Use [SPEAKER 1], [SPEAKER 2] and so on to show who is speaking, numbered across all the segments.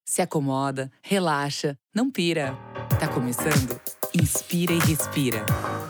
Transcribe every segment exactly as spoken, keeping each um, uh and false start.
[SPEAKER 1] Se acomoda, relaxa, não pira. Tá começando? Inspira e respira.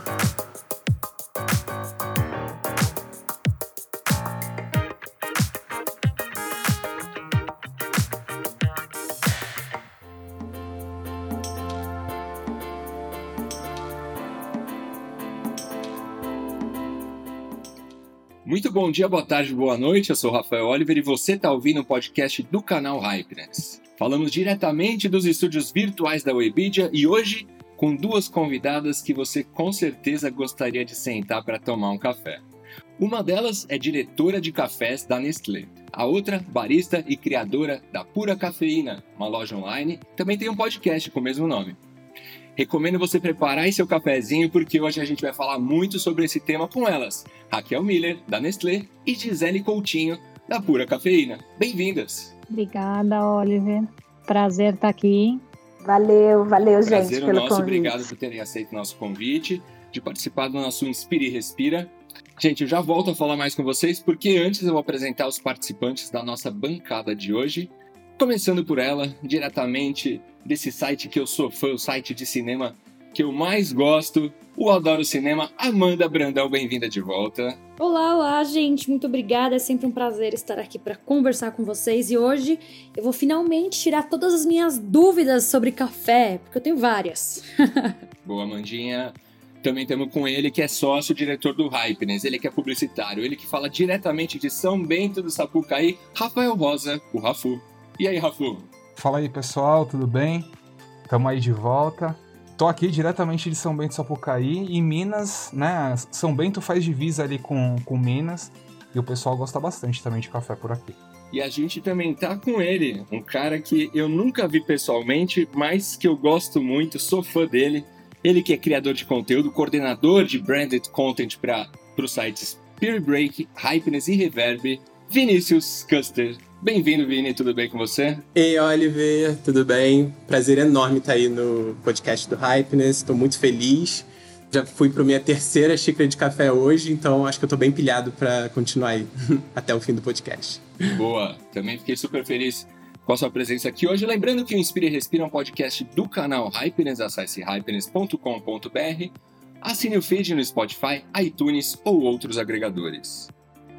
[SPEAKER 2] Muito bom dia, boa tarde, boa noite. Eu sou o Rafael Oliver e você está ouvindo o podcast do canal Hypeness. Falamos diretamente dos estúdios virtuais da Webedia e hoje com duas convidadas que você com certeza gostaria de sentar para tomar um café. Uma delas é diretora de cafés da Nestlé. A outra, barista e criadora da Pura Cafeína, uma loja online, também tem um podcast com o mesmo nome. Recomendo você preparar aí seu cafezinho porque hoje a gente vai falar muito sobre esse tema com elas, Raquel Miller, da Nestlé, e Gisele Coutinho, da Pura Cafeína. Bem-vindas!
[SPEAKER 3] Obrigada, Oliver. Prazer estar aqui.
[SPEAKER 4] Valeu, valeu, gente,
[SPEAKER 2] Prazer
[SPEAKER 4] pelo
[SPEAKER 2] nosso,
[SPEAKER 4] convite.
[SPEAKER 2] Obrigado por terem aceito o nosso convite, de participar do nosso Inspira e Respira. Gente, eu já volto a falar mais com vocês, porque antes eu vou apresentar os participantes da nossa bancada de hoje. Começando por ela, diretamente desse site que eu sou fã, o site de cinema que eu mais gosto, o Adoro Cinema, Amanda Brandão, bem-vinda de volta.
[SPEAKER 5] Olá, olá, gente, muito obrigada, é sempre um prazer estar aqui para conversar com vocês e hoje eu vou finalmente tirar todas as minhas dúvidas sobre café, porque eu tenho várias.
[SPEAKER 2] Boa, Amandinha. Também estamos com ele, que é sócio, diretor do Hypeness, ele que é publicitário, ele que fala diretamente de São Bento do Sapucaí, Rafael Rosa, o Rafu. E aí, Rafu?
[SPEAKER 6] Fala aí, pessoal, tudo bem? Tamo aí de volta. Tô aqui diretamente de São Bento do Sapucaí, em Minas, né? São Bento faz divisa ali com, com Minas, e o pessoal gosta bastante também de café por aqui.
[SPEAKER 2] E a gente também tá com ele, um cara que eu nunca vi pessoalmente, mas que eu gosto muito, sou fã dele. Ele que é criador de conteúdo, coordenador de branded content para os sites Peer Break, Hypeness e Reverb, Vinícius Custer. Bem-vindo, Vini, tudo bem com você?
[SPEAKER 7] Ei, Oliver, tudo bem? Prazer enorme estar aí no podcast do Hypeness, estou muito feliz. Já fui para minha terceira xícara de café hoje, então acho que eu estou bem pilhado para continuar aí até o fim do podcast.
[SPEAKER 2] Boa, também fiquei super feliz com a sua presença aqui hoje. Lembrando que o Inspira e Respira é um podcast do canal Hypeness, acesse hypeness ponto com ponto b r, assine o feed no Spotify, iTunes ou outros agregadores.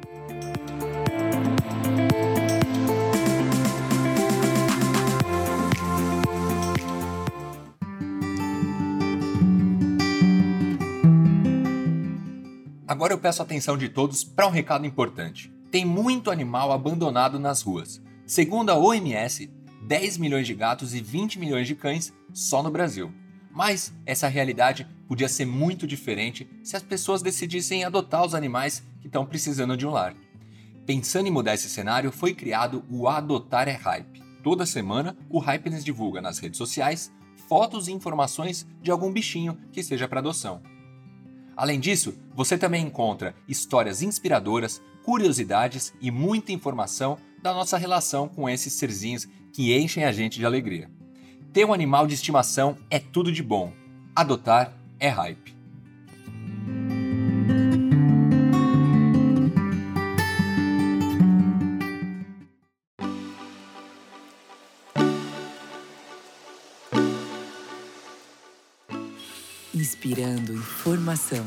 [SPEAKER 2] Agora eu peço a atenção de todos para um recado importante. Tem muito animal abandonado nas ruas. Segundo a O M S, dez milhões de gatos e vinte milhões de cães só no Brasil. Mas essa realidade podia ser muito diferente se as pessoas decidissem adotar os animais que estão precisando de um lar. Pensando em mudar esse cenário, foi criado o Adotar é Hype. Toda semana, o Hypeness divulga nas redes sociais fotos e informações de algum bichinho que seja para adoção. Além disso, você também encontra histórias inspiradoras, curiosidades e muita informação da nossa relação com esses serzinhos que enchem a gente de alegria. Ter um animal de estimação é tudo de bom. Adotar é hype.
[SPEAKER 1] Inspirando informação.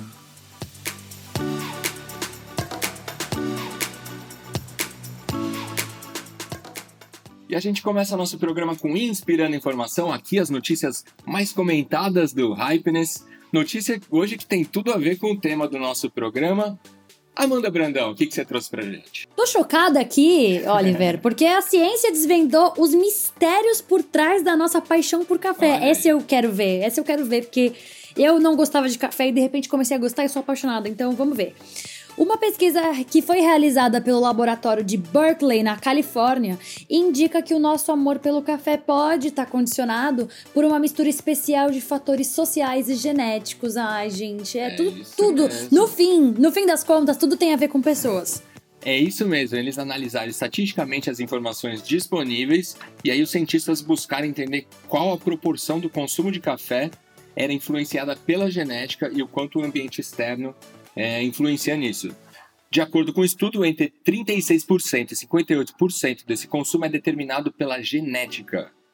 [SPEAKER 2] E a gente começa nosso programa com Inspirando Informação, aqui as notícias mais comentadas do Hypeness. Notícia hoje que tem tudo a ver com o tema do nosso programa. Amanda Brandão, o que, que você trouxe pra gente?
[SPEAKER 5] Tô chocada aqui, Oliver, porque a ciência desvendou os mistérios por trás da nossa paixão por café.
[SPEAKER 2] Olha
[SPEAKER 5] Esse
[SPEAKER 2] aí.
[SPEAKER 5] eu quero ver, esse eu quero ver, porque eu não gostava de café e de repente comecei a gostar e sou apaixonada, então vamos ver. Uma pesquisa que foi realizada pelo laboratório de Berkeley, na Califórnia, indica que o nosso amor pelo café pode estar condicionado por uma mistura especial de fatores sociais e genéticos. Ai, gente, é,
[SPEAKER 2] É
[SPEAKER 5] tudo,
[SPEAKER 2] isso
[SPEAKER 5] tudo.
[SPEAKER 2] mesmo.
[SPEAKER 5] No fim, no fim das contas, tudo tem a ver com pessoas.
[SPEAKER 2] É isso mesmo, eles analisaram estatisticamente as informações disponíveis e aí os cientistas buscaram entender qual a proporção do consumo de café era influenciada pela genética e o quanto o ambiente externo é, influencia nisso. De acordo com o estudo, entre trinta e seis por cento e cinquenta e oito por cento desse consumo é determinado pela genética.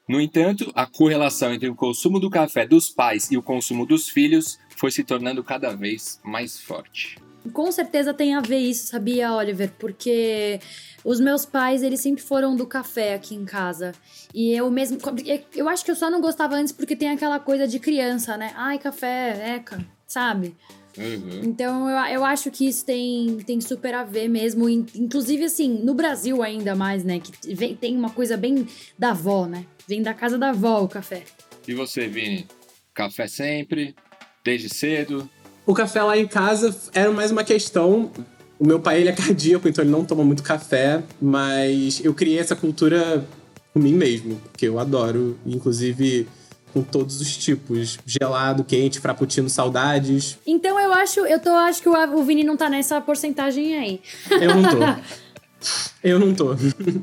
[SPEAKER 2] No entanto, a correlação entre o consumo do café dos pais e o consumo dos filhos foi se tornando cada vez mais forte.
[SPEAKER 5] Com certeza tem a ver isso, sabia, Oliver? Porque os meus pais, eles sempre foram do café aqui em casa. E eu mesmo... Eu acho que eu só não gostava antes porque tem aquela coisa de criança, né? Ai, café, eca, sabe?
[SPEAKER 2] Uhum.
[SPEAKER 5] Então, eu, eu acho que isso tem, tem super a ver mesmo. Inclusive, assim, no Brasil ainda mais, né? Que vem, tem uma coisa bem da avó, né? Vem da casa da avó o café.
[SPEAKER 2] E você, Vini? Café sempre? Desde cedo?
[SPEAKER 7] O café lá em casa era mais uma questão. O meu pai, ele é cardíaco, então ele não toma muito café. Mas eu criei essa cultura por mim mesmo, porque eu adoro. Inclusive... com todos os tipos. Gelado, quente, frappuccino, saudades.
[SPEAKER 5] Então eu acho, eu tô, acho que o, o Vini não tá nessa porcentagem aí.
[SPEAKER 7] Eu não tô. Eu não tô.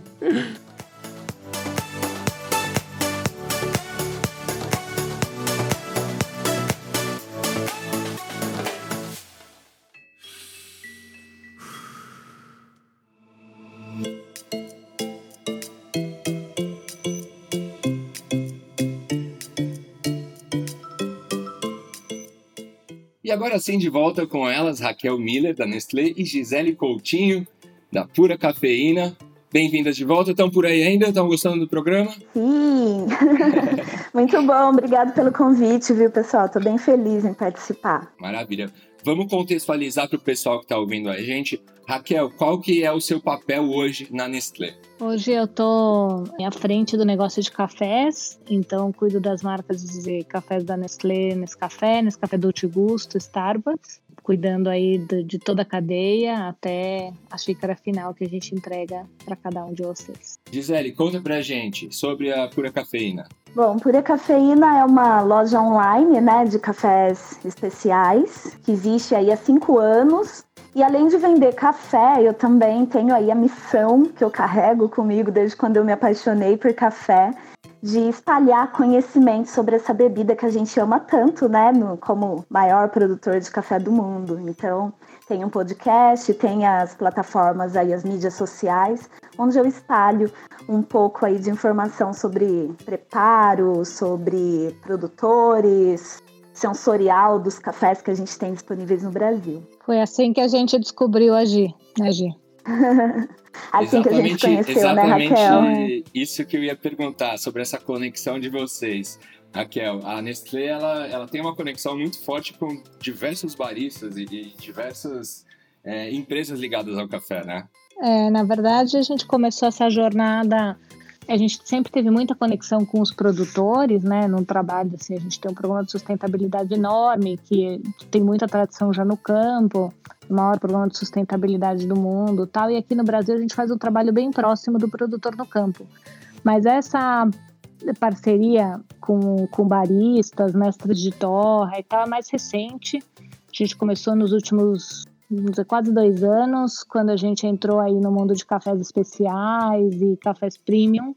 [SPEAKER 2] E agora sim, de volta com elas, Raquel Miller, da Nestlé, e Gisele Coutinho, da Pura Cafeína. Bem-vindas de volta. Estão por aí ainda? Estão gostando do programa?
[SPEAKER 4] Sim! Muito bom. Obrigado pelo convite, viu, pessoal? Estou bem feliz em participar.
[SPEAKER 2] Maravilha. Vamos contextualizar para o pessoal que está ouvindo a gente. Raquel, qual que é o seu papel hoje na Nestlé?
[SPEAKER 3] Hoje eu tô à frente do negócio de cafés, então cuido das marcas de cafés da Nestlé, Nescafé, Nescafé Dolce Gusto, Starbucks, cuidando aí de, de toda a cadeia até a xícara final que a gente entrega para cada um de vocês.
[SPEAKER 2] Gisele, conta pra gente sobre a Pura Cafeína.
[SPEAKER 4] Bom, Pura Cafeína é uma loja online, né, de cafés especiais, que existe aí há cinco anos. E além de vender café, eu também tenho aí a missão que eu carrego comigo desde quando eu me apaixonei por café, de espalhar conhecimento sobre essa bebida que a gente ama tanto, né, no, como maior produtor de café do mundo. Então, tem um podcast, tem as plataformas aí, as mídias sociais, onde eu espalho um pouco aí de informação sobre preparo, sobre produtores, sensorial dos cafés que a gente tem disponíveis no Brasil.
[SPEAKER 3] Foi assim que a gente descobriu a Gi, né, Gi?
[SPEAKER 4] Assim
[SPEAKER 2] exatamente,
[SPEAKER 4] que a gente conheceu,
[SPEAKER 2] exatamente,
[SPEAKER 4] né, Raquel?
[SPEAKER 2] Isso que eu ia perguntar, sobre essa conexão de vocês. Raquel, a Nestlé, ela, ela tem uma conexão muito forte com diversos baristas e, e diversas é, empresas ligadas ao café, né?
[SPEAKER 3] É, na verdade, a gente começou essa jornada... A gente sempre teve muita conexão com os produtores, né, num trabalho, assim, a gente tem um programa de sustentabilidade enorme, que tem muita tradição já no campo, o maior programa de sustentabilidade do mundo, tal, e aqui no Brasil a gente faz um trabalho bem próximo do produtor no campo. Mas essa parceria com, com baristas, mestres de torra e tal, é mais recente. A gente começou nos últimos... quase dois anos, quando a gente entrou aí no mundo de cafés especiais e cafés premium,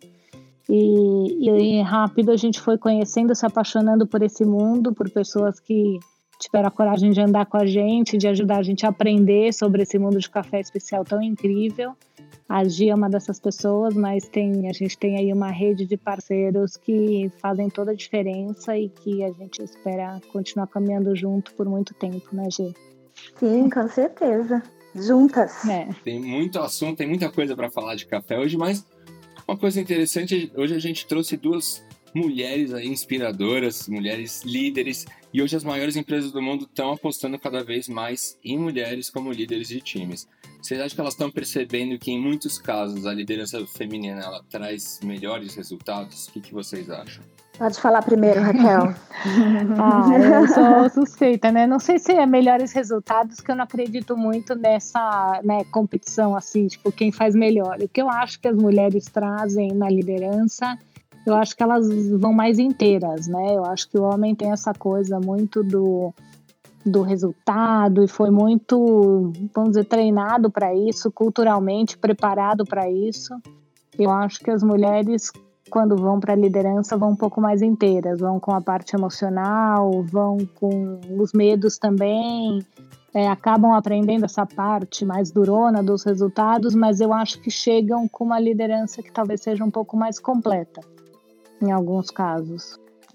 [SPEAKER 3] e, e rápido a gente foi conhecendo, se apaixonando por esse mundo, por pessoas que tiveram a coragem de andar com a gente, de ajudar a gente a aprender sobre esse mundo de café especial tão incrível. A Gi é uma dessas pessoas, mas tem, a gente tem aí uma rede de parceiros que fazem toda a diferença e que a gente espera continuar caminhando junto por muito tempo, né, Gi?
[SPEAKER 4] Sim, com certeza. Juntas.
[SPEAKER 3] É.
[SPEAKER 2] Tem muito assunto, tem muita coisa para falar de café hoje, mas uma coisa interessante, hoje a gente trouxe duas mulheres aí inspiradoras, mulheres líderes, e hoje as maiores empresas do mundo estão apostando cada vez mais em mulheres como líderes de times. Vocês acham que elas estão percebendo que em muitos casos a liderança feminina ela traz melhores resultados? O que, que vocês acham?
[SPEAKER 4] Pode falar primeiro, Raquel.
[SPEAKER 3] Ah, eu sou suspeita, né? Não sei se é melhores resultados, que eu não acredito muito nessa, né, competição, assim, tipo, quem faz melhor. O que eu acho que as mulheres trazem na liderança, eu acho que elas vão mais inteiras, né? Eu acho que o homem tem essa coisa muito do, do resultado e foi muito, vamos dizer, treinado para isso, culturalmente preparado para isso. Eu acho que as mulheres, quando vão para a liderança, vão um pouco mais inteiras, vão com a parte emocional, vão com os medos também, é, acabam aprendendo essa parte mais durona dos resultados, mas eu acho que chegam com uma liderança que talvez seja um pouco mais completa. em alguns casos.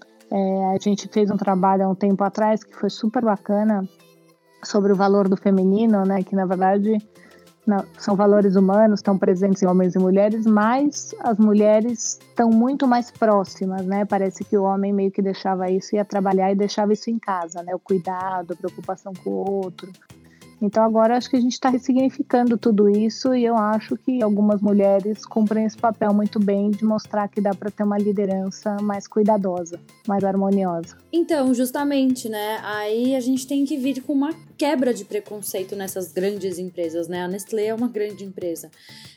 [SPEAKER 3] É, a gente fez um trabalho há um tempo atrás que foi super bacana sobre o valor do feminino, né? Que na verdade não, são valores humanos, estão presentes em homens e mulheres, mas as mulheres estão muito mais próximas, né? Parece que o homem meio que deixava isso, ia trabalhar e deixava isso em casa, né? O cuidado, a preocupação com o outro. Então agora acho que a gente está ressignificando tudo isso e eu acho que algumas mulheres cumprem esse papel muito bem de mostrar que dá para ter uma liderança mais cuidadosa, mais harmoniosa.
[SPEAKER 5] Então, justamente, né? Aí a gente tem que vir com uma quebra de preconceito nessas grandes empresas, né? A Nestlé é uma grande empresa.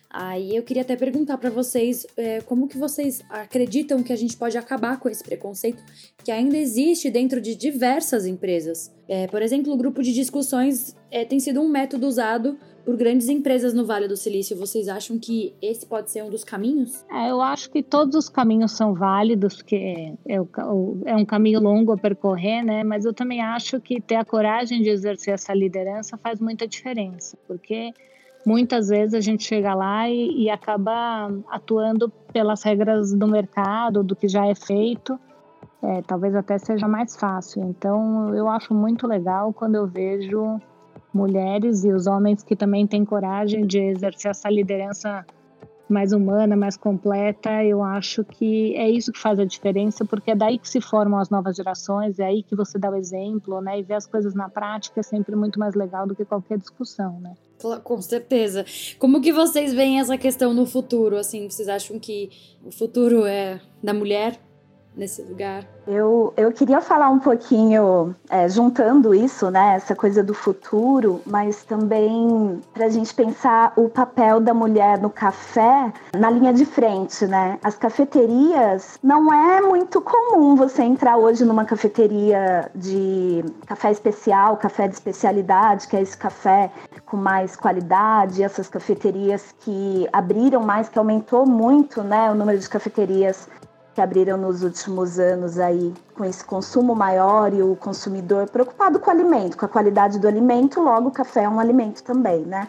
[SPEAKER 5] Aí eu queria até perguntar para vocês é, como que vocês acreditam que a gente pode acabar com esse preconceito que ainda existe dentro de diversas empresas. É, por exemplo, o grupo de discussões é, tem sido um método usado por grandes empresas no Vale do Silício. Vocês acham que esse pode ser um dos caminhos?
[SPEAKER 3] É, eu acho que todos os caminhos são válidos, porque é, é um caminho longo a percorrer, né? Mas eu também acho que ter a coragem de exercer essa liderança faz muita diferença, porque muitas vezes a gente chega lá e, e acaba atuando pelas regras do mercado, do que já é feito, é, talvez até seja mais fácil. Então, eu acho muito legal quando eu vejo mulheres e os homens que também têm coragem de exercer essa liderança mais humana, mais completa. Eu acho que é isso que faz a diferença, porque é daí que se formam as novas gerações, é aí que você dá o exemplo, né? E ver as coisas na prática é sempre muito mais legal do que qualquer discussão, né?
[SPEAKER 5] Com certeza. Como que vocês veem essa questão no futuro? Assim, vocês acham que o futuro é da mulher nesse lugar?
[SPEAKER 4] Eu, eu queria falar um pouquinho, é, juntando isso, né, essa coisa do futuro, mas também para a gente pensar o papel da mulher no café na linha de frente, né? As cafeterias, não é muito comum você entrar hoje numa cafeteria de café especial, café de especialidade, que é esse café com mais qualidade, essas cafeterias que abriram mais, que aumentou muito, né, o número de cafeterias que abriram nos últimos anos aí com esse consumo maior e o consumidor preocupado com o alimento, com a qualidade do alimento, logo o café é um alimento também, né?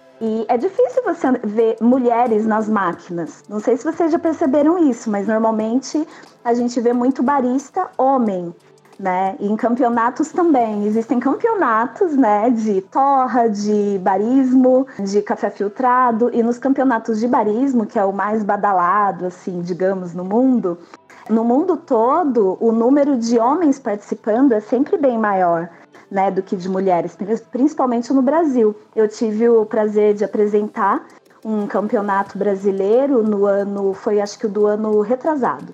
[SPEAKER 4] E é difícil você ver mulheres nas máquinas. Não sei se vocês já perceberam isso, mas normalmente a gente vê muito barista homem, né? E em campeonatos também. Existem campeonatos, né, de torra, de barismo, de café filtrado. E nos campeonatos de barismo, que é o mais badalado, assim, digamos, no mundo, no mundo todo, o número de homens participando é sempre bem maior, né, do que de mulheres, principalmente no Brasil. Eu tive o prazer de apresentar um campeonato brasileiro no ano, foi acho que o do ano retrasado.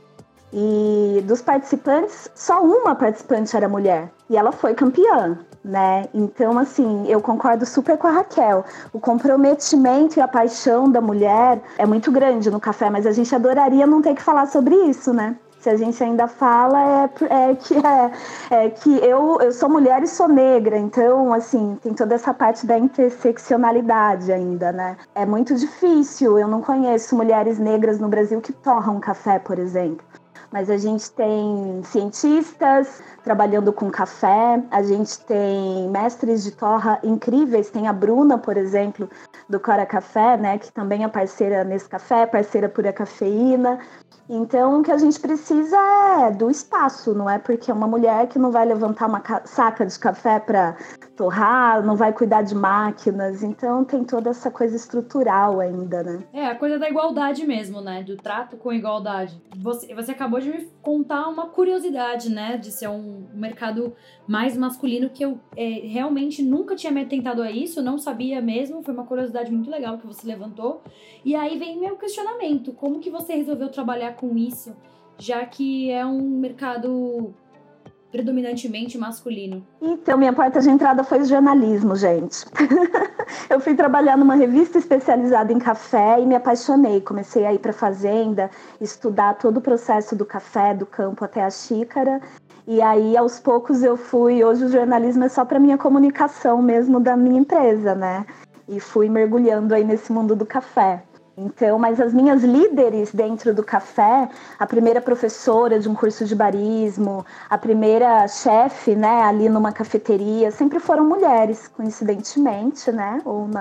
[SPEAKER 4] E dos participantes, só uma participante era mulher. E ela foi campeã, né? Então, assim, eu concordo super com a Raquel. O comprometimento e a paixão da mulher é muito grande no café, mas a gente adoraria não ter que falar sobre isso, né? Se a gente ainda fala, é, é que, é, é que eu, eu sou mulher e sou negra. Então, assim, tem toda essa parte da interseccionalidade ainda, né? É muito difícil. Eu não conheço mulheres negras no Brasil que torram café, por exemplo. Mas a gente tem cientistas trabalhando com café, a gente tem mestres de torra incríveis, tem a Bruna, por exemplo, do Cora Café, né, que também é parceira nesse café, parceira Pura Cafeína. Então, o que a gente precisa é do espaço, não é porque é uma mulher que não vai levantar uma saca de café para torrar, não vai cuidar de máquinas. Então, tem toda essa coisa estrutural ainda, né?
[SPEAKER 5] É, a coisa da igualdade mesmo, né? Do trato com igualdade. Você, você acabou de me contar uma curiosidade, né? De ser um mercado mais masculino que eu é, realmente nunca tinha me atentado a isso, não sabia mesmo. Foi uma curiosidade muito legal que você levantou. E aí vem meu questionamento. Como que você resolveu trabalhar com isso, já que é um mercado predominantemente masculino?
[SPEAKER 4] Então, minha porta de entrada foi o jornalismo, gente. Eu fui trabalhar numa revista especializada em café e me apaixonei. Comecei a ir para a fazenda, estudar todo o processo do café, do campo até a xícara. E aí, aos poucos, eu fui... Hoje o jornalismo é só para minha comunicação mesmo da minha empresa, né? E fui mergulhando aí nesse mundo do café. Então, mas as minhas líderes dentro do café, a primeira professora de um curso de barismo, a primeira chefe, né, ali numa cafeteria, sempre foram mulheres, coincidentemente, né, ou não,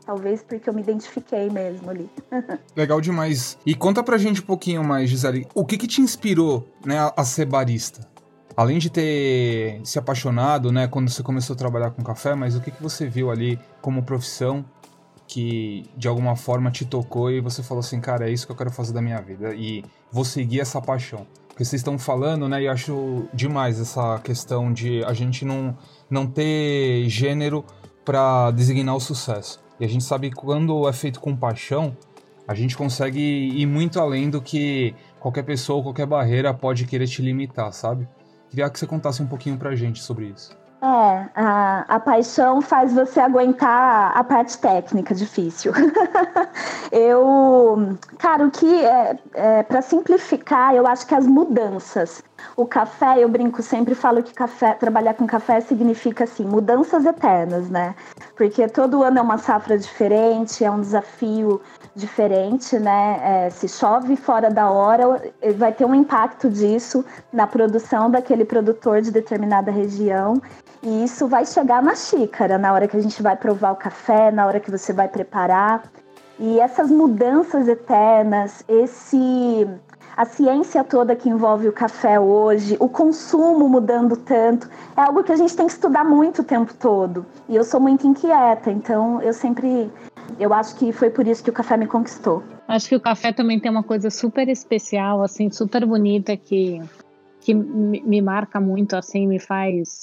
[SPEAKER 4] Talvez porque eu me identifiquei mesmo ali.
[SPEAKER 6] Legal demais. E conta pra gente um pouquinho mais, Gisele, o que que te inspirou, né, a, a ser barista? Além de ter se apaixonado, né, quando você começou a trabalhar com café, mas o que que você viu ali como profissão que de alguma forma te tocou e você falou assim, cara, é isso que eu quero fazer da minha vida e vou seguir essa paixão? Porque vocês estão falando, né, e eu acho demais essa questão de a gente não, não ter gênero para designar o sucesso. E a gente sabe que quando é feito com paixão, a gente consegue ir muito além do que qualquer pessoa, qualquer barreira pode querer te limitar, sabe? Queria que você contasse um pouquinho pra gente sobre isso.
[SPEAKER 4] É, a, a paixão faz você aguentar a parte técnica difícil. eu, cara, o que é, é para simplificar, eu acho que as mudanças. O café, eu brinco sempre, falo que café, trabalhar com café significa assim, mudanças eternas, né? Porque todo ano é uma safra diferente, é um desafio diferente, né? É, se chove fora da hora, vai ter um impacto disso na produção daquele produtor de determinada região. E isso vai chegar na xícara, na hora que a gente vai provar o café, na hora que você vai preparar. E essas mudanças eternas, esse, a ciência toda que envolve o café hoje, o consumo mudando tanto, é algo que a gente tem que estudar muito o tempo todo. E eu sou muito inquieta, então eu sempre... Eu acho que foi por isso que o café me conquistou.
[SPEAKER 3] Acho que o café também tem uma coisa super especial, assim, super bonita, que, que me marca muito, assim, me faz...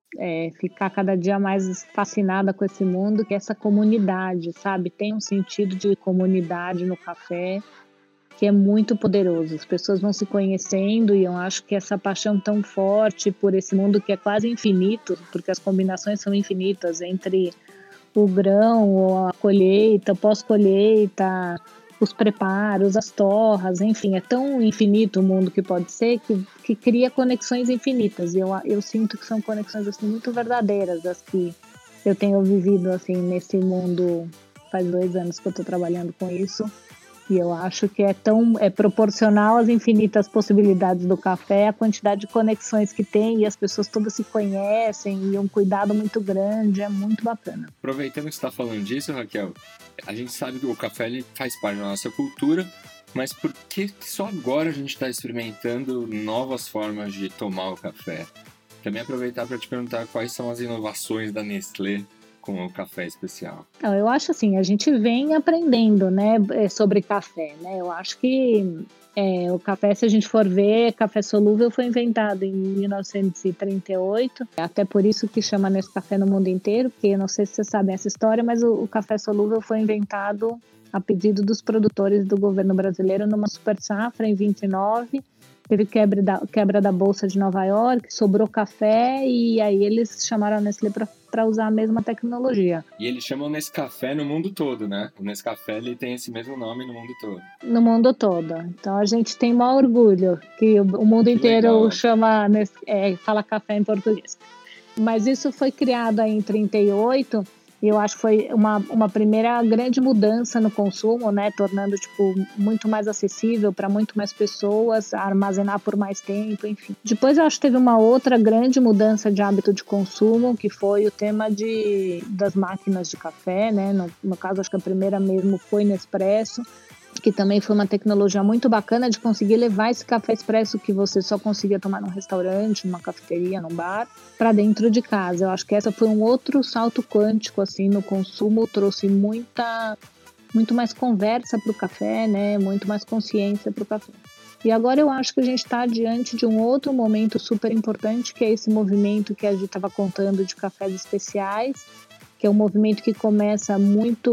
[SPEAKER 3] É, ficar cada dia mais fascinada com esse mundo, que é essa comunidade, sabe? Tem um sentido de comunidade no café que é muito poderoso. As pessoas vão se conhecendo e eu acho que essa paixão tão forte por esse mundo que é quase infinito, porque as combinações são infinitas entre o grão, a colheita, pós-colheita, os preparos, as torras, enfim, é tão infinito o mundo que pode ser que, que cria conexões infinitas. E eu, eu sinto que são conexões assim, muito verdadeiras, as que eu tenho vivido assim, nesse mundo. Faz dois anos que eu estou trabalhando com isso. E eu acho que é tão é proporcional às infinitas possibilidades do café, a quantidade de conexões que tem, e as pessoas todas se conhecem, e um cuidado muito grande, é muito bacana.
[SPEAKER 2] Aproveitando que você está falando disso, Raquel, a gente sabe que o café ele faz parte da nossa cultura, mas por que só agora a gente está experimentando novas formas de tomar o café? Também aproveitar para te perguntar quais são as inovações da Nestlé com o café especial.
[SPEAKER 3] Não, eu acho assim, a gente vem aprendendo, né, sobre café, né? Eu acho que é, o café, se a gente for ver, café solúvel foi inventado em mil novecentos e trinta e oito, até por isso que chama Nescafé no mundo inteiro, porque eu não sei se vocês sabem essa história, mas o, o café solúvel foi inventado a pedido dos produtores do governo brasileiro numa super safra em vinte e nove. Teve quebra da, quebra da Bolsa de Nova York, sobrou café e aí eles chamaram a Nestlé para usar a mesma tecnologia.
[SPEAKER 2] E eles chamam Nescafé no mundo todo, né? O Nescafé ele tem esse mesmo nome no mundo todo.
[SPEAKER 3] No mundo todo. Então a gente tem maior orgulho que o, o mundo que inteiro legal. chama, é, fala café em português. Mas isso foi criado aí em trinta e oito. E eu acho que foi uma, uma primeira grande mudança no consumo, né? Tornando tipo, muito mais acessível para muito mais pessoas, armazenar por mais tempo, enfim. Depois eu acho que teve uma outra grande mudança de hábito de consumo, que foi o tema de, das máquinas de café, né? No, no caso, acho que a primeira mesmo foi Nespresso, que também foi uma tecnologia muito bacana de conseguir levar esse café expresso que você só conseguia tomar num restaurante, numa cafeteria, num bar, para dentro de casa. Eu acho que essa foi um outro salto quântico assim no consumo, trouxe muita, muito mais conversa para o café, né? Muito mais consciência para o café. E agora eu acho que a gente está diante de um outro momento super importante, que é esse movimento que a gente estava contando de cafés especiais, que é um movimento que começa muito,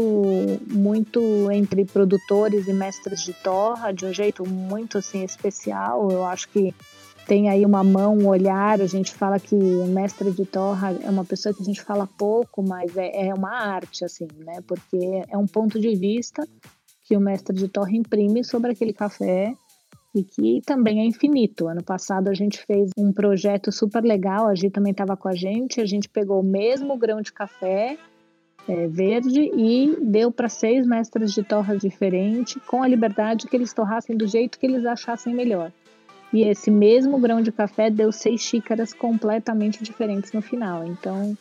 [SPEAKER 3] muito entre produtores e mestres de torra, de um jeito muito assim, especial. Eu acho que tem aí uma mão, um olhar. A gente fala que o mestre de torra é uma pessoa que a gente fala pouco, mas é, é uma arte, assim, né? Porque é um ponto de vista que o mestre de torra imprime sobre aquele café e que também é infinito. Ano passado a gente fez um projeto super legal, a Gi também estava com a gente, a gente pegou o mesmo grão de café é, verde e deu para seis mestres de torras diferentes, com a liberdade que eles torrassem do jeito que eles achassem melhor. E esse mesmo grão de café deu seis xícaras completamente diferentes no final. Então,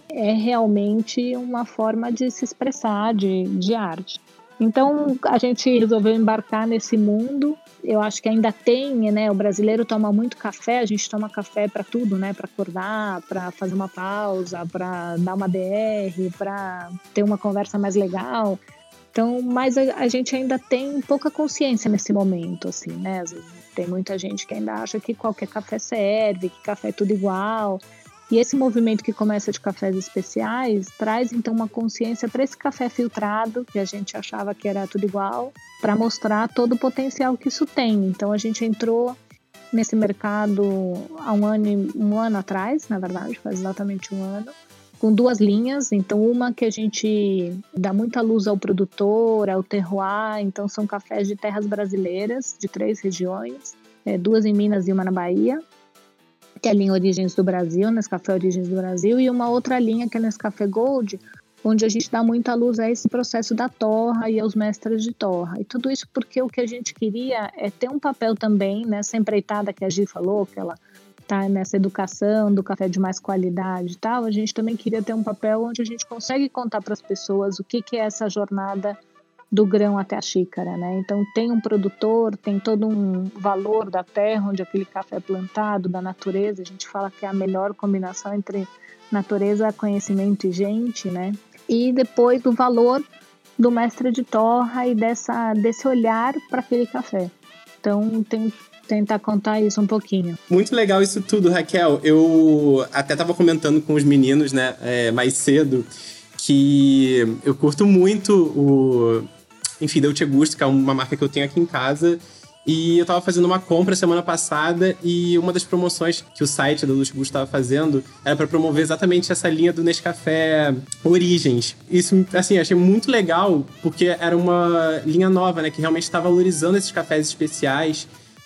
[SPEAKER 3] é realmente uma forma de se expressar, de, de arte. Então, a gente resolveu embarcar nesse mundo. Eu acho que ainda tem, né? O brasileiro toma muito café, a gente toma café para tudo, né? Para acordar, para fazer uma pausa, para dar uma D R, para ter uma conversa mais legal. Então, mas a, a gente ainda tem pouca consciência nesse momento, assim, né? Às vezes tem muita gente que ainda acha que qualquer café serve, que café é tudo igual. E esse movimento que começa de cafés especiais traz, então, uma consciência para esse café filtrado, que a gente achava que era tudo igual, para mostrar todo o potencial que isso tem. Então, a gente entrou nesse mercado há um ano, um ano atrás, na verdade, faz exatamente um ano, com duas linhas. Então, uma que a gente dá muita luz ao produtor, ao terroir. Então, são cafés de terras brasileiras, de três regiões, é, duas em Minas e uma na Bahia, que é a linha Origens do Brasil, Nescafé Origens do Brasil, e uma outra linha que é Nescafé Gold, onde a gente dá muita luz a esse processo da torra e aos mestres de torra. E tudo isso porque o que a gente queria é ter um papel também, nessa empreitada que a Gi falou, que ela está nessa educação do café de mais qualidade e tal, a gente também queria ter um papel onde a gente consegue contar para as pessoas o que, que é essa jornada do grão até a xícara, né? Então tem um produtor, tem todo um valor da terra onde aquele café é plantado, da natureza. A gente fala que é a melhor combinação entre natureza, conhecimento e gente, né? E depois do valor do mestre de torra e dessa, desse olhar para aquele café. Então tem tentar contar isso um pouquinho.
[SPEAKER 7] Muito legal isso tudo, Raquel. Eu até estava comentando com os meninos, né, é, mais cedo, que eu curto muito o enfim, Dolce Gusto, que é uma marca que eu tenho aqui em casa. E eu tava fazendo uma compra semana passada e uma das promoções que o site da Dolce Gusto tava fazendo era para promover exatamente essa linha do Nescafé Origens. Isso, assim, achei muito legal, porque era uma linha nova, né, que realmente tá valorizando esses cafés especiais.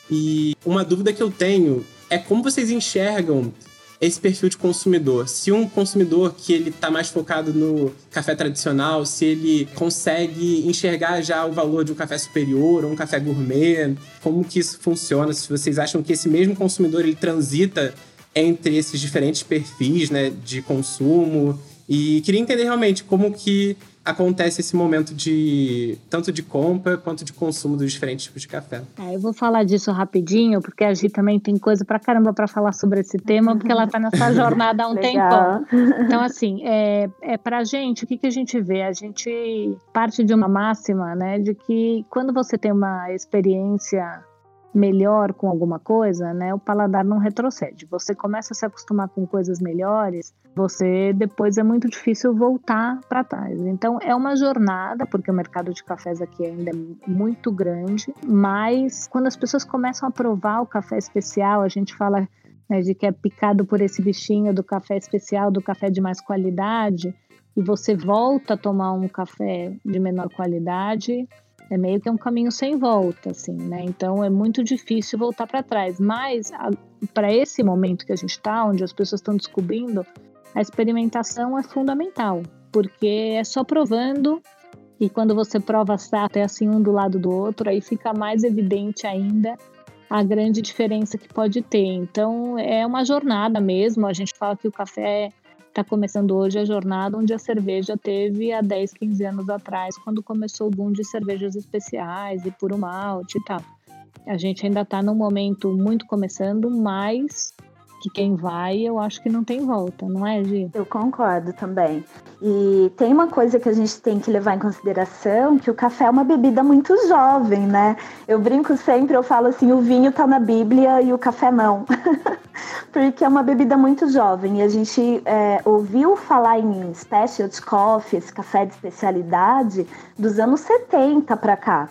[SPEAKER 7] E uma dúvida que eu tenho é como vocês enxergam esse perfil de consumidor. Se um consumidor que ele tá mais focado no café tradicional, se ele consegue enxergar já o valor de um café superior ou um café gourmet, como que isso funciona? Se vocês acham que esse mesmo consumidor ele transita entre esses diferentes perfis, né, de consumo. E queria entender realmente como que acontece esse momento de tanto de compra quanto de consumo dos diferentes tipos de café.
[SPEAKER 3] É, eu vou falar disso rapidinho, porque a Gi também tem coisa pra caramba pra falar sobre esse tema, porque ela tá nessa jornada há um tempão. Então, assim, é, é pra gente, o que, que a gente vê? A gente parte de uma máxima, né, de que quando você tem uma experiência melhor com alguma coisa, né, o paladar não retrocede. Você começa a se acostumar com coisas melhores, você depois é muito difícil voltar para trás. Então é uma jornada, porque o mercado de cafés aqui ainda é muito grande, mas quando as pessoas começam a provar o café especial, a gente fala, né, de que é picado por esse bichinho do café especial, do café de mais qualidade, e você volta a tomar um café de menor qualidade, é meio que um caminho sem volta, assim, né? Então é muito difícil voltar para trás. Mas para esse momento que a gente está, onde as pessoas estão descobrindo, a experimentação é fundamental, porque é só provando, e quando você prova até assim um do lado do outro, aí fica mais evidente ainda a grande diferença que pode ter. Então é uma jornada mesmo. A gente fala que o café está começando hoje a jornada onde a cerveja teve há dez, quinze anos atrás, quando começou o boom de cervejas especiais e puro malte e tal. A gente ainda está num momento muito começando, mas que quem vai, eu acho que não tem volta, não é, Gi?
[SPEAKER 4] Eu concordo também. E tem uma coisa que a gente tem que levar em consideração, que o café é uma bebida muito jovem, né? Eu brinco sempre, eu falo assim, o vinho tá na Bíblia e o café não. Porque é uma bebida muito jovem. E a gente é, ouviu falar em specialty coffee, esse café de especialidade, dos anos setenta para cá.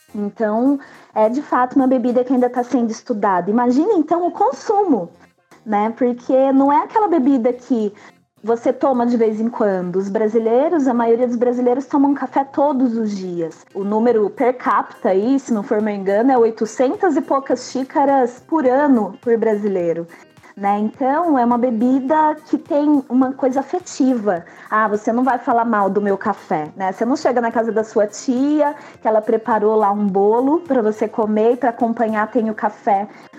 [SPEAKER 4] Então, é de fato uma bebida que ainda está sendo estudada. Imagina, então, o consumo, né? Porque não é aquela bebida que você toma de vez em quando. Os brasileiros, a maioria dos brasileiros tomam café todos os dias. O número per capita aí, se não for me engano, é oitocentas e poucas xícaras por ano por brasileiro. Né? Então, é uma bebida que tem uma coisa afetiva. Ah, você não vai falar mal do meu café, né? Você não chega na casa da sua tia, que ela preparou lá um bolo para você comer e para acompanhar tem o café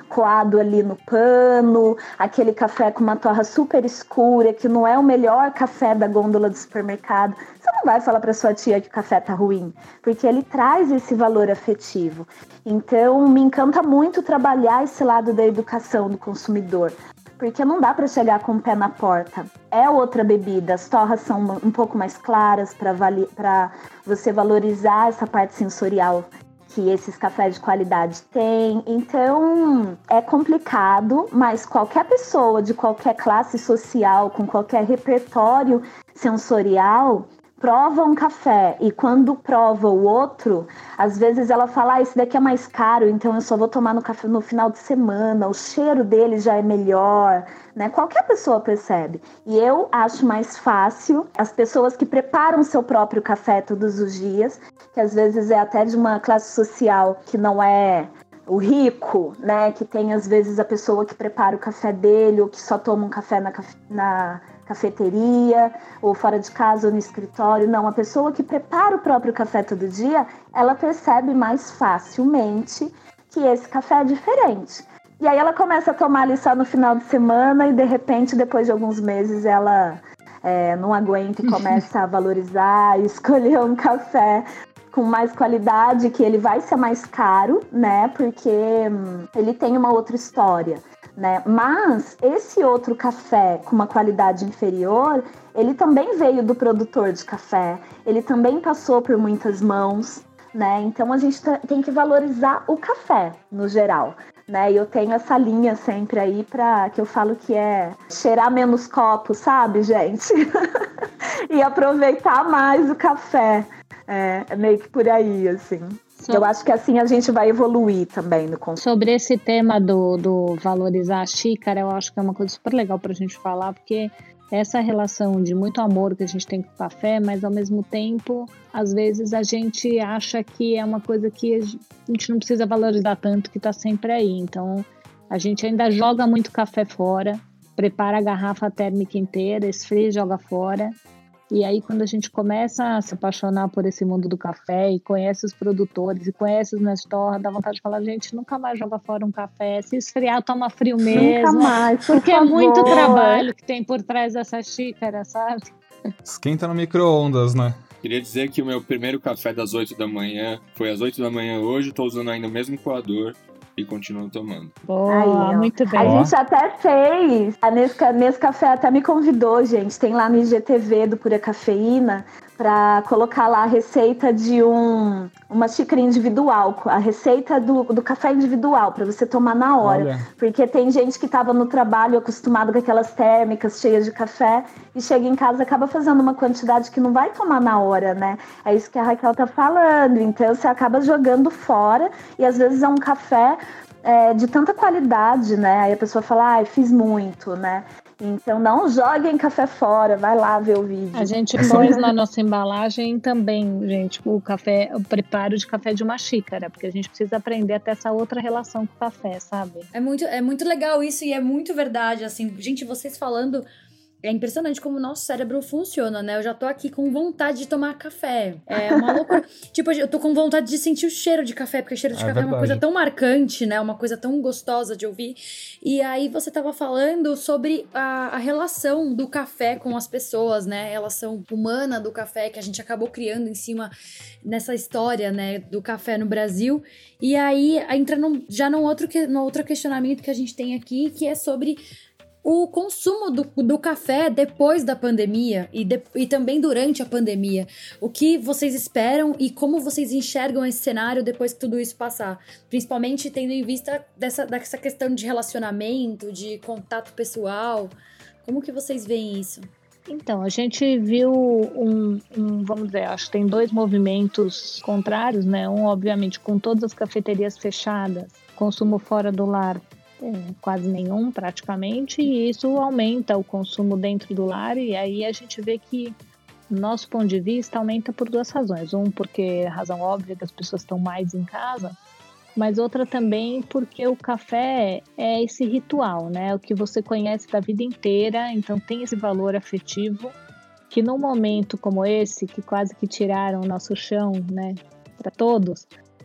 [SPEAKER 4] coado ali no pano, aquele café com uma torra super escura, que não é o melhor café da gôndola do supermercado. Você não vai falar para sua tia que o café tá ruim, porque ele traz esse valor afetivo. Então, me encanta muito trabalhar esse lado da educação do consumidor, porque não dá para chegar com o pé na porta. É outra bebida, as torras são um pouco mais claras para vali- para você valorizar essa parte sensorial que esses cafés de qualidade têm. Então, é complicado, mas qualquer pessoa de qualquer classe social, com qualquer repertório sensorial, prova um café, e quando prova o outro, às vezes ela fala, ah, esse daqui é mais caro, então eu só vou tomar no café no final de semana, o cheiro dele já é melhor, né? Qualquer pessoa percebe. E eu acho mais fácil as pessoas que preparam seu próprio café todos os dias, que às vezes é até de uma classe social que não é o rico, né? Que tem às vezes a pessoa que prepara o café dele, ou que só toma um café na, na cafeteria, ou fora de casa, ou no escritório. Não, a pessoa que prepara o próprio café todo dia, ela percebe mais facilmente que esse café é diferente. E aí ela começa a tomar ali só no final de semana e, de repente, depois de alguns meses, ela é, não aguenta e começa a valorizar e escolher um café com mais qualidade, que ele vai ser mais caro, né? Porque hum, ele tem uma outra história, né? Mas esse outro café com uma qualidade inferior, ele também veio do produtor de café, ele também passou por muitas mãos, né? Então a gente t- tem que valorizar o café no geral, né? E eu tenho essa linha sempre aí para que eu falo que é cheirar menos copos, sabe, gente? E aproveitar mais o café. É, é meio que por aí, assim. So, eu acho que assim a gente vai evoluir também no consumo.
[SPEAKER 3] Sobre esse tema do, do valorizar a xícara, eu acho que é uma coisa super legal pra gente falar, porque essa relação de muito amor que a gente tem com o café, mas ao mesmo tempo, às vezes a gente acha que é uma coisa que a gente não precisa valorizar tanto, que tá sempre aí. Então, a gente ainda joga muito café fora, prepara a garrafa térmica inteira, esfria e joga fora. E aí, quando a gente começa a se apaixonar por esse mundo do café e conhece os produtores e conhece os Nestor, dá vontade de falar, gente, nunca mais joga fora um café. Se esfriar, toma frio mesmo.
[SPEAKER 4] Nunca mais, por
[SPEAKER 3] Porque
[SPEAKER 4] favor.
[SPEAKER 3] É muito trabalho que tem por trás dessa xícara, sabe?
[SPEAKER 6] Esquenta no micro-ondas, né?
[SPEAKER 2] Queria dizer que o meu primeiro café das oito da manhã foi às oito da manhã hoje, tô usando ainda o mesmo coador e continuo tomando.
[SPEAKER 3] Boa,
[SPEAKER 4] Aí,
[SPEAKER 3] muito bem.
[SPEAKER 4] A gente até fez, a Nesca, Nescafé até me convidou, gente, tem lá no I G T V do Pura Cafeína, para colocar lá a receita de um, uma xícara individual, a receita do, do café individual, para você tomar na hora.
[SPEAKER 6] Olha.
[SPEAKER 4] Porque tem gente que estava no trabalho acostumado com aquelas térmicas cheias de café e chega em casa e acaba fazendo uma quantidade que não vai tomar na hora, né? É isso que a Raquel tá falando. Então você acaba jogando fora e às vezes é um café é, de tanta qualidade, né? Aí a pessoa fala, ai, fiz muito, né? Então não joguem café fora, vai lá ver o vídeo.
[SPEAKER 3] A gente pôs na nossa embalagem também, gente, o café, o preparo de café de uma xícara, porque a gente precisa aprender até essa outra relação com o café, sabe?
[SPEAKER 5] É muito, é muito legal isso e é muito verdade, assim, gente, vocês falando, é impressionante como o nosso cérebro funciona, né? Eu já tô aqui com vontade de tomar café. É uma loucura. Tipo, eu tô com vontade de sentir o cheiro de café, porque o cheiro de
[SPEAKER 6] É
[SPEAKER 5] café
[SPEAKER 6] verdade.
[SPEAKER 5] é uma coisa tão marcante, né? Uma coisa tão gostosa de ouvir. E aí você tava falando sobre a, a relação do café com as pessoas, né? A relação humana do café que a gente acabou criando em cima nessa história, né? Do café no Brasil. E aí entra num, já num outro, num outro questionamento que a gente tem aqui, que é sobre o consumo do, do café depois da pandemia e, de, e também durante a pandemia. O que vocês esperam e como vocês enxergam esse cenário depois que tudo isso passar? Principalmente tendo em vista dessa, dessa questão de relacionamento, de contato pessoal. Como que vocês veem isso?
[SPEAKER 3] Então, a gente viu um, um, vamos dizer, acho que tem dois movimentos contrários, né? Um, obviamente, com todas as cafeterias fechadas, consumo fora do lar é, quase nenhum, praticamente, e isso aumenta o consumo dentro do lar, e aí a gente vê que, do nosso ponto de vista, aumenta por duas razões. Um, porque é a razão óbvia que as pessoas estão mais em casa, mas outra também porque o café é esse ritual, né? O que você conhece da vida inteira, então tem esse valor afetivo que num momento como esse, que quase que tiraram o nosso chão, né, para todos,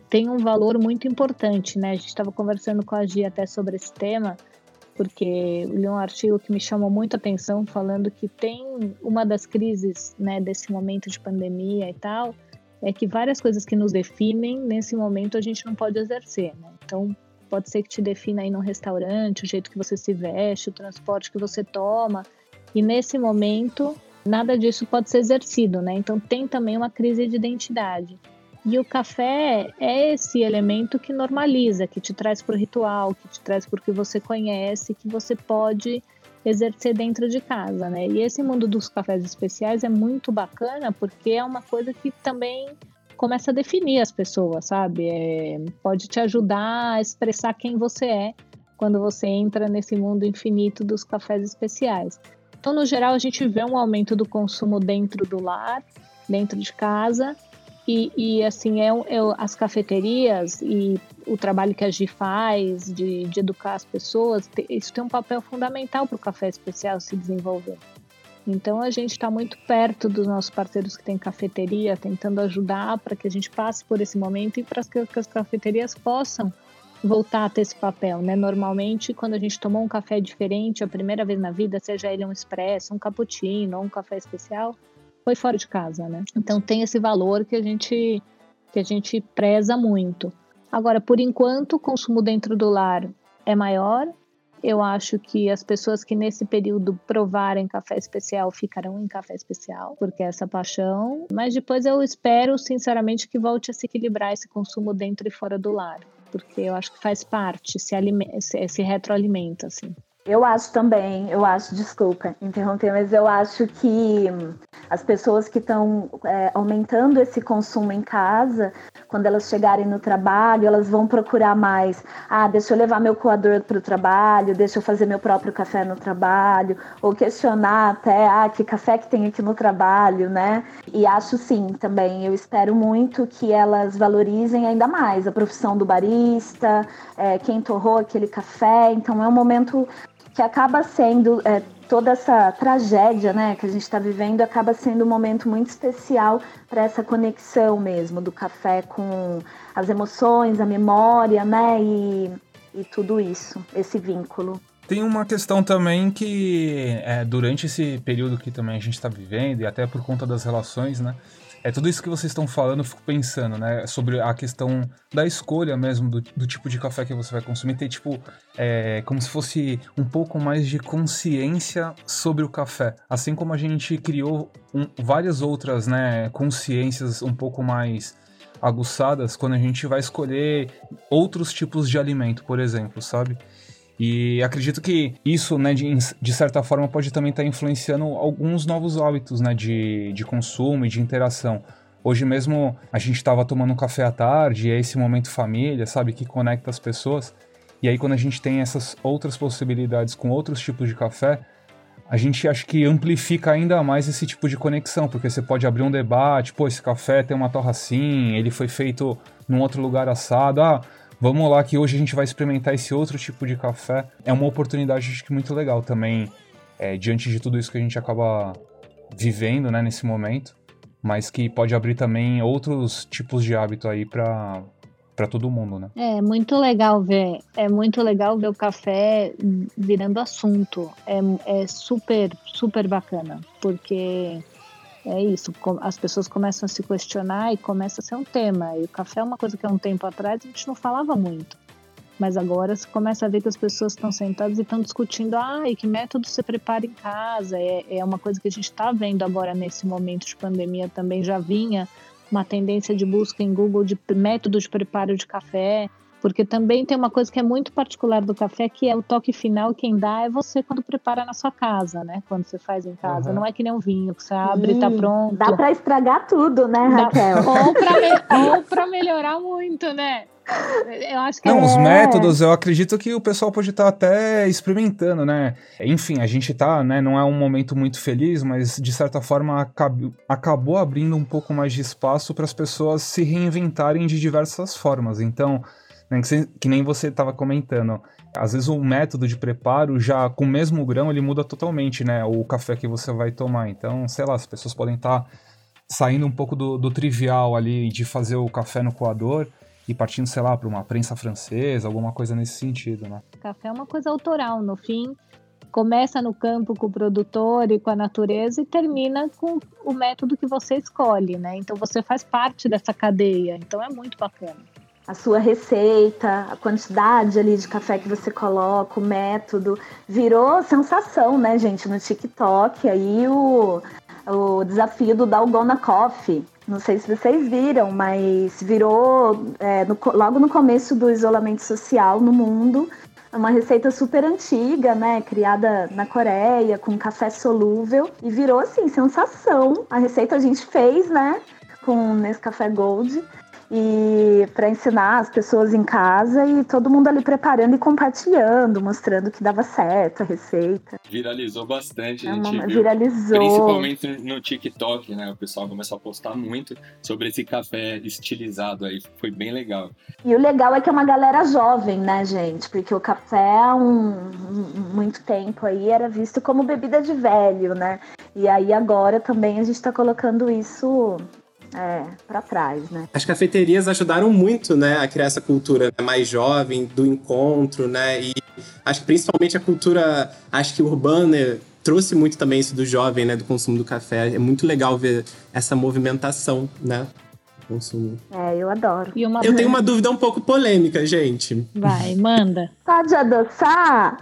[SPEAKER 3] tem um valor muito importante, né? A gente estava conversando com a Gi até sobre esse tema, porque eu li um artigo que me chamou muito a atenção, falando que tem uma das crises, né, desse momento de pandemia e tal, é que várias coisas que nos definem, nesse momento a gente não pode exercer, né? Então, pode ser que te defina aí no restaurante, o jeito que você se veste, o transporte que você toma, e nesse momento, nada disso pode ser exercido, né? Então, tem também uma crise de identidade. E o café é esse elemento que normaliza, que te traz para o ritual, que te traz para o que você conhece, que você pode exercer dentro de casa, né? E esse mundo dos cafés especiais é muito bacana porque é uma coisa que também começa a definir as pessoas, sabe? É, pode te ajudar a expressar quem você é quando você entra nesse mundo infinito dos cafés especiais. Então, no geral, a gente vê um aumento do consumo dentro do lar, dentro de casa. E, e assim, é, é, as cafeterias e o trabalho que a Gi faz de, de educar as pessoas, isso tem um papel fundamental para o café especial se desenvolver. Então, a gente está muito perto dos nossos parceiros que têm cafeteria, tentando ajudar para que a gente passe por esse momento e para que, que as cafeterias possam voltar a ter esse papel, né? Normalmente, quando a gente tomou um café diferente a primeira vez na vida, seja ele um expresso, um cappuccino ou um café especial, foi fora de casa, né? Então tem esse valor que a gente, que a gente preza muito. Agora, por enquanto, o consumo dentro do lar é maior. Eu acho que as pessoas que nesse período provarem café especial ficarão em café especial, porque é essa paixão. Mas depois eu espero, sinceramente, que volte a se equilibrar esse consumo dentro e fora do lar, porque eu acho que faz parte, se, alimenta, se, se retroalimenta, assim.
[SPEAKER 4] Eu acho também, eu acho, desculpa interromper, mas eu acho que as pessoas que estão é, aumentando esse consumo em casa, quando elas chegarem no trabalho, elas vão procurar mais, ah, deixa eu levar meu coador para o trabalho, deixa eu fazer meu próprio café no trabalho, ou questionar até, ah, que café que tem aqui no trabalho, né? E acho sim, também, eu espero muito que elas valorizem ainda mais a profissão do barista, é, quem torrou aquele café, então é um momento que acaba sendo, é, toda essa tragédia, né, que a gente está vivendo, acaba sendo um momento muito especial para essa conexão mesmo do café com as emoções, a memória, né, e, e tudo isso, esse vínculo.
[SPEAKER 6] Tem uma questão também que, é, durante esse período que também a gente está vivendo, e até por conta das relações, né, é tudo isso que vocês estão falando, eu fico pensando, né, sobre a questão da escolha mesmo, do, do tipo de café que você vai consumir, ter tipo, é, como se fosse um pouco mais de consciência sobre o café, assim como a gente criou um, várias outras, né, consciências um pouco mais aguçadas quando a gente vai escolher outros tipos de alimento, por exemplo, sabe? E acredito que isso, né, de, de certa forma, pode também estar influenciando alguns novos hábitos, né, de, de consumo e de interação. Hoje mesmo a gente estava tomando um café à tarde, e é esse momento família, sabe, que conecta as pessoas. E aí quando a gente tem essas outras possibilidades com outros tipos de café, a gente acha que amplifica ainda mais esse tipo de conexão, porque você pode abrir um debate, pô, esse café tem uma torra assim, ele foi feito num outro lugar assado, ah, vamos lá que hoje a gente vai experimentar esse outro tipo de café. É uma oportunidade, acho que muito legal também, é, diante de tudo isso que a gente acaba vivendo, né, nesse momento, mas que pode abrir também outros tipos de hábito aí para para todo mundo, né?
[SPEAKER 3] É muito legal ver, é muito legal ver o café virando assunto. É, é super, super bacana, porque é isso, as pessoas começam a se questionar e começa a ser um tema. E o café é uma coisa que há um tempo atrás a gente não falava muito. Mas agora você começa a ver que as pessoas estão sentadas e estão discutindo, ah, e que método você prepara em casa? É, é uma coisa que a gente está vendo agora nesse momento de pandemia também, já vinha uma tendência de busca em Google de método de preparo de café, porque também tem uma coisa que é muito particular do café, que é o toque final, quem dá é você quando prepara na sua casa, né? Quando você faz em casa. Uhum. Não é que nem um vinho, que você abre e tá pronto.
[SPEAKER 4] Dá pra estragar tudo, né, Raquel?
[SPEAKER 3] Dá, ou, pra me, ou pra melhorar muito, né? Eu acho que
[SPEAKER 6] não,
[SPEAKER 3] é...
[SPEAKER 6] os métodos, eu acredito que o pessoal pode estar até experimentando, né? Enfim, a gente tá, né? Não é um momento muito feliz, mas de certa forma acab... acabou abrindo um pouco mais de espaço para as pessoas se reinventarem de diversas formas. Então, né, que, você, que nem você estava comentando, às vezes o método de preparo já com o mesmo grão ele muda totalmente, né? O café que você vai tomar. Então, sei lá, as pessoas podem estar saindo um pouco do, do trivial ali de fazer o café no coador e partindo, sei lá, para uma prensa francesa, alguma coisa nesse sentido, né?
[SPEAKER 3] Café é uma coisa autoral, no fim, começa no campo com o produtor e com a natureza e termina com o método que você escolhe, né? Então você faz parte dessa cadeia, então é muito bacana.
[SPEAKER 4] A sua receita, a quantidade ali de café que você coloca, o método, virou sensação, né, gente, no TikTok, aí o, o desafio do Dalgona Coffee. Não sei se vocês viram, mas virou é, no, logo no começo do isolamento social no mundo, uma receita super antiga, né, criada na Coreia, com café solúvel, e virou, assim, sensação. A receita a gente fez, né, com Nescafé Gold, e para ensinar as pessoas em casa e todo mundo ali preparando e compartilhando, mostrando que dava certo a receita.
[SPEAKER 2] Viralizou bastante, a
[SPEAKER 4] É
[SPEAKER 2] gente
[SPEAKER 4] uma,
[SPEAKER 2] viu.
[SPEAKER 4] Viralizou.
[SPEAKER 2] Principalmente no TikTok, né? O pessoal começou a postar muito sobre esse café estilizado aí, foi bem legal.
[SPEAKER 4] E o legal é que é uma galera jovem, né, gente? Porque o café há um, um, muito tempo aí era visto como bebida de velho, né? E aí agora também a gente tá colocando isso... É, pra trás, né?
[SPEAKER 7] As cafeterias ajudaram muito, né, a criar essa cultura, né, mais jovem, do encontro, né? E acho que principalmente a cultura, acho que urbana trouxe muito também isso do jovem, né, do consumo do café. É muito legal ver essa movimentação, né, do consumo.
[SPEAKER 4] É, eu adoro.
[SPEAKER 3] E uma...
[SPEAKER 7] Eu tenho uma dúvida um pouco polêmica, gente.
[SPEAKER 3] Vai, manda.
[SPEAKER 4] Pode adoçar?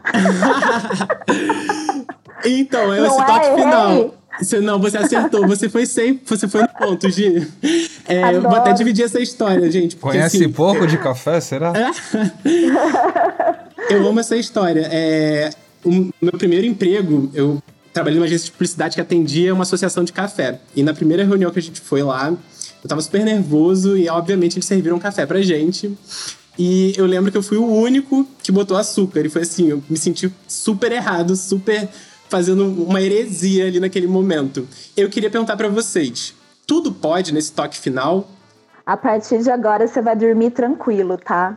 [SPEAKER 7] Então, é
[SPEAKER 4] Não
[SPEAKER 7] esse
[SPEAKER 4] é,
[SPEAKER 7] toque
[SPEAKER 4] errei?
[SPEAKER 7] final. Você, não, você acertou, você foi sempre, você foi no ponto, Gi. É, eu vou até dividir essa história, gente. Porque,
[SPEAKER 6] Conhece
[SPEAKER 7] assim,
[SPEAKER 6] pouco de café, será?
[SPEAKER 7] Eu amo essa história. É, o meu primeiro emprego, eu trabalhei numa agência de publicidade que atendia uma associação de café. E na primeira reunião que a gente foi lá, eu tava super nervoso e, obviamente, eles serviram café pra gente. E eu lembro que eu fui o único que botou açúcar. E foi assim, eu me senti super errado, super... fazendo uma heresia ali naquele momento. Eu queria perguntar pra vocês, tudo pode nesse toque final?
[SPEAKER 4] A partir de agora você vai dormir tranquilo, tá?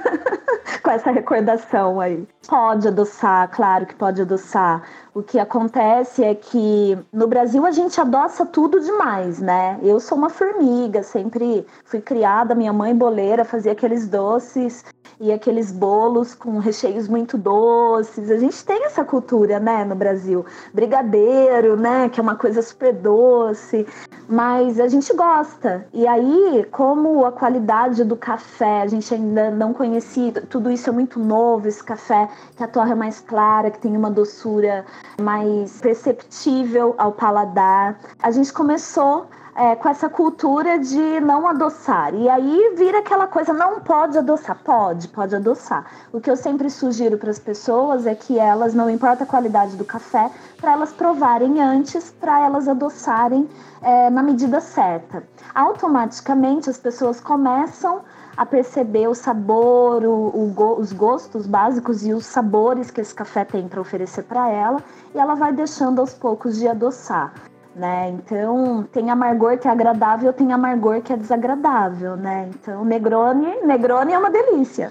[SPEAKER 4] Com essa recordação aí. Pode adoçar, claro que pode adoçar. O que acontece é que no Brasil a gente adoça tudo demais, né? Eu sou uma formiga, sempre fui criada, minha mãe boleira fazia aqueles doces e aqueles bolos com recheios muito doces. A gente tem essa cultura, né, no Brasil. Brigadeiro, né, que é uma coisa super doce, mas a gente gosta. E aí, como a qualidade do café, a gente ainda não conhecia, tudo isso é muito novo, esse café que a torra é mais clara, que tem uma doçura mais perceptível ao paladar. A gente começou é, com essa cultura de não adoçar. E aí vira aquela coisa, não pode adoçar. Pode, pode adoçar. O que eu sempre sugiro para as pessoas é que elas, não importa a qualidade do café, para elas provarem antes, para elas adoçarem é, na medida certa. Automaticamente as pessoas começam a perceber o sabor, o, o go, os gostos básicos e os sabores que esse café tem para oferecer para ela, e ela vai deixando aos poucos de adoçar, né? Então, tem amargor que é agradável, tem amargor que é desagradável, né? Então, Negroni, Negroni é uma delícia.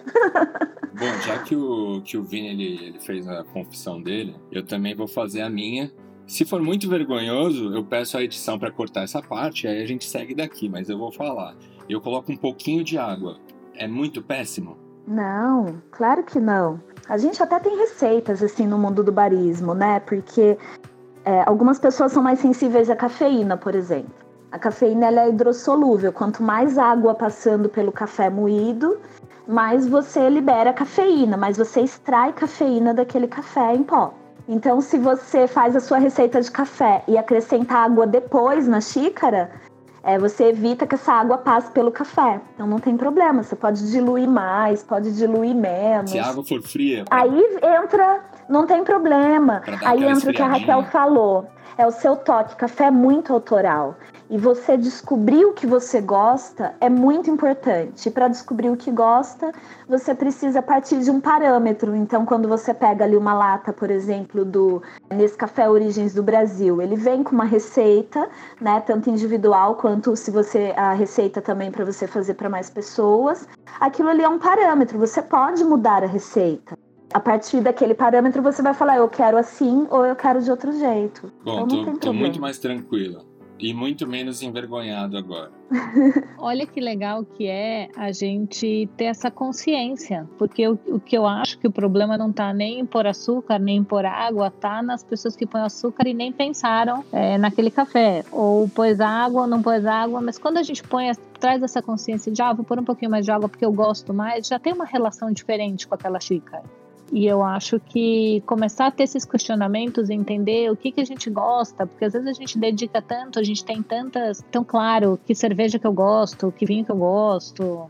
[SPEAKER 2] Bom, já que o, que o Vini ele, ele fez a confissão dele, eu também vou fazer a minha. Se for muito vergonhoso, eu peço a edição para cortar essa parte, aí a gente segue daqui, mas eu vou falar. Eu coloco um pouquinho de água. É muito péssimo?
[SPEAKER 4] Não, claro que não. A gente até tem receitas, assim, no mundo do barismo, né? Porque é, algumas pessoas são mais sensíveis à cafeína, por exemplo. A cafeína, ela é hidrossolúvel. Quanto mais água passando pelo café moído, mais você libera cafeína, mais você extrai cafeína daquele café em pó. Então, se você faz a sua receita de café e acrescenta água depois na xícara, é, você evita que essa água passe pelo café. Então, não tem problema. Você pode diluir mais, pode diluir menos.
[SPEAKER 2] Se a água for fria... Pra...
[SPEAKER 4] Aí entra... Não tem problema. Aí entra o que a Raquel falou. É o seu toque. Café é muito autoral. E você descobrir o que você gosta é muito importante. E para descobrir o que gosta, você precisa partir de um parâmetro. Então, quando você pega ali uma lata, por exemplo, do Nescafé Origens do Brasil, ele vem com uma receita, né, tanto individual quanto se você a receita também para você fazer para mais pessoas. Aquilo ali é um parâmetro. Você pode mudar a receita. A partir daquele parâmetro, você vai falar, eu quero assim ou eu quero de outro jeito.
[SPEAKER 2] Bom,
[SPEAKER 4] então, não
[SPEAKER 2] tô,
[SPEAKER 4] tem
[SPEAKER 2] tô
[SPEAKER 4] problema.
[SPEAKER 2] muito mais tranquila. E muito menos envergonhado agora.
[SPEAKER 3] Olha que legal que é a gente ter essa consciência, porque o, o que eu acho que o problema não tá nem em pôr açúcar, nem em pôr água, tá nas pessoas que põem açúcar e nem pensaram é, naquele café, ou pôs água ou não pôs água, mas quando a gente põe, traz essa consciência de, ah, vou pôr um pouquinho mais de água porque eu gosto mais, já tem uma relação diferente com aquela xícara. E eu acho que começar a ter esses questionamentos e entender o que, que a gente gosta, porque às vezes a gente dedica tanto, a gente tem tantas... Tão claro, que cerveja que eu gosto, que vinho que eu gosto.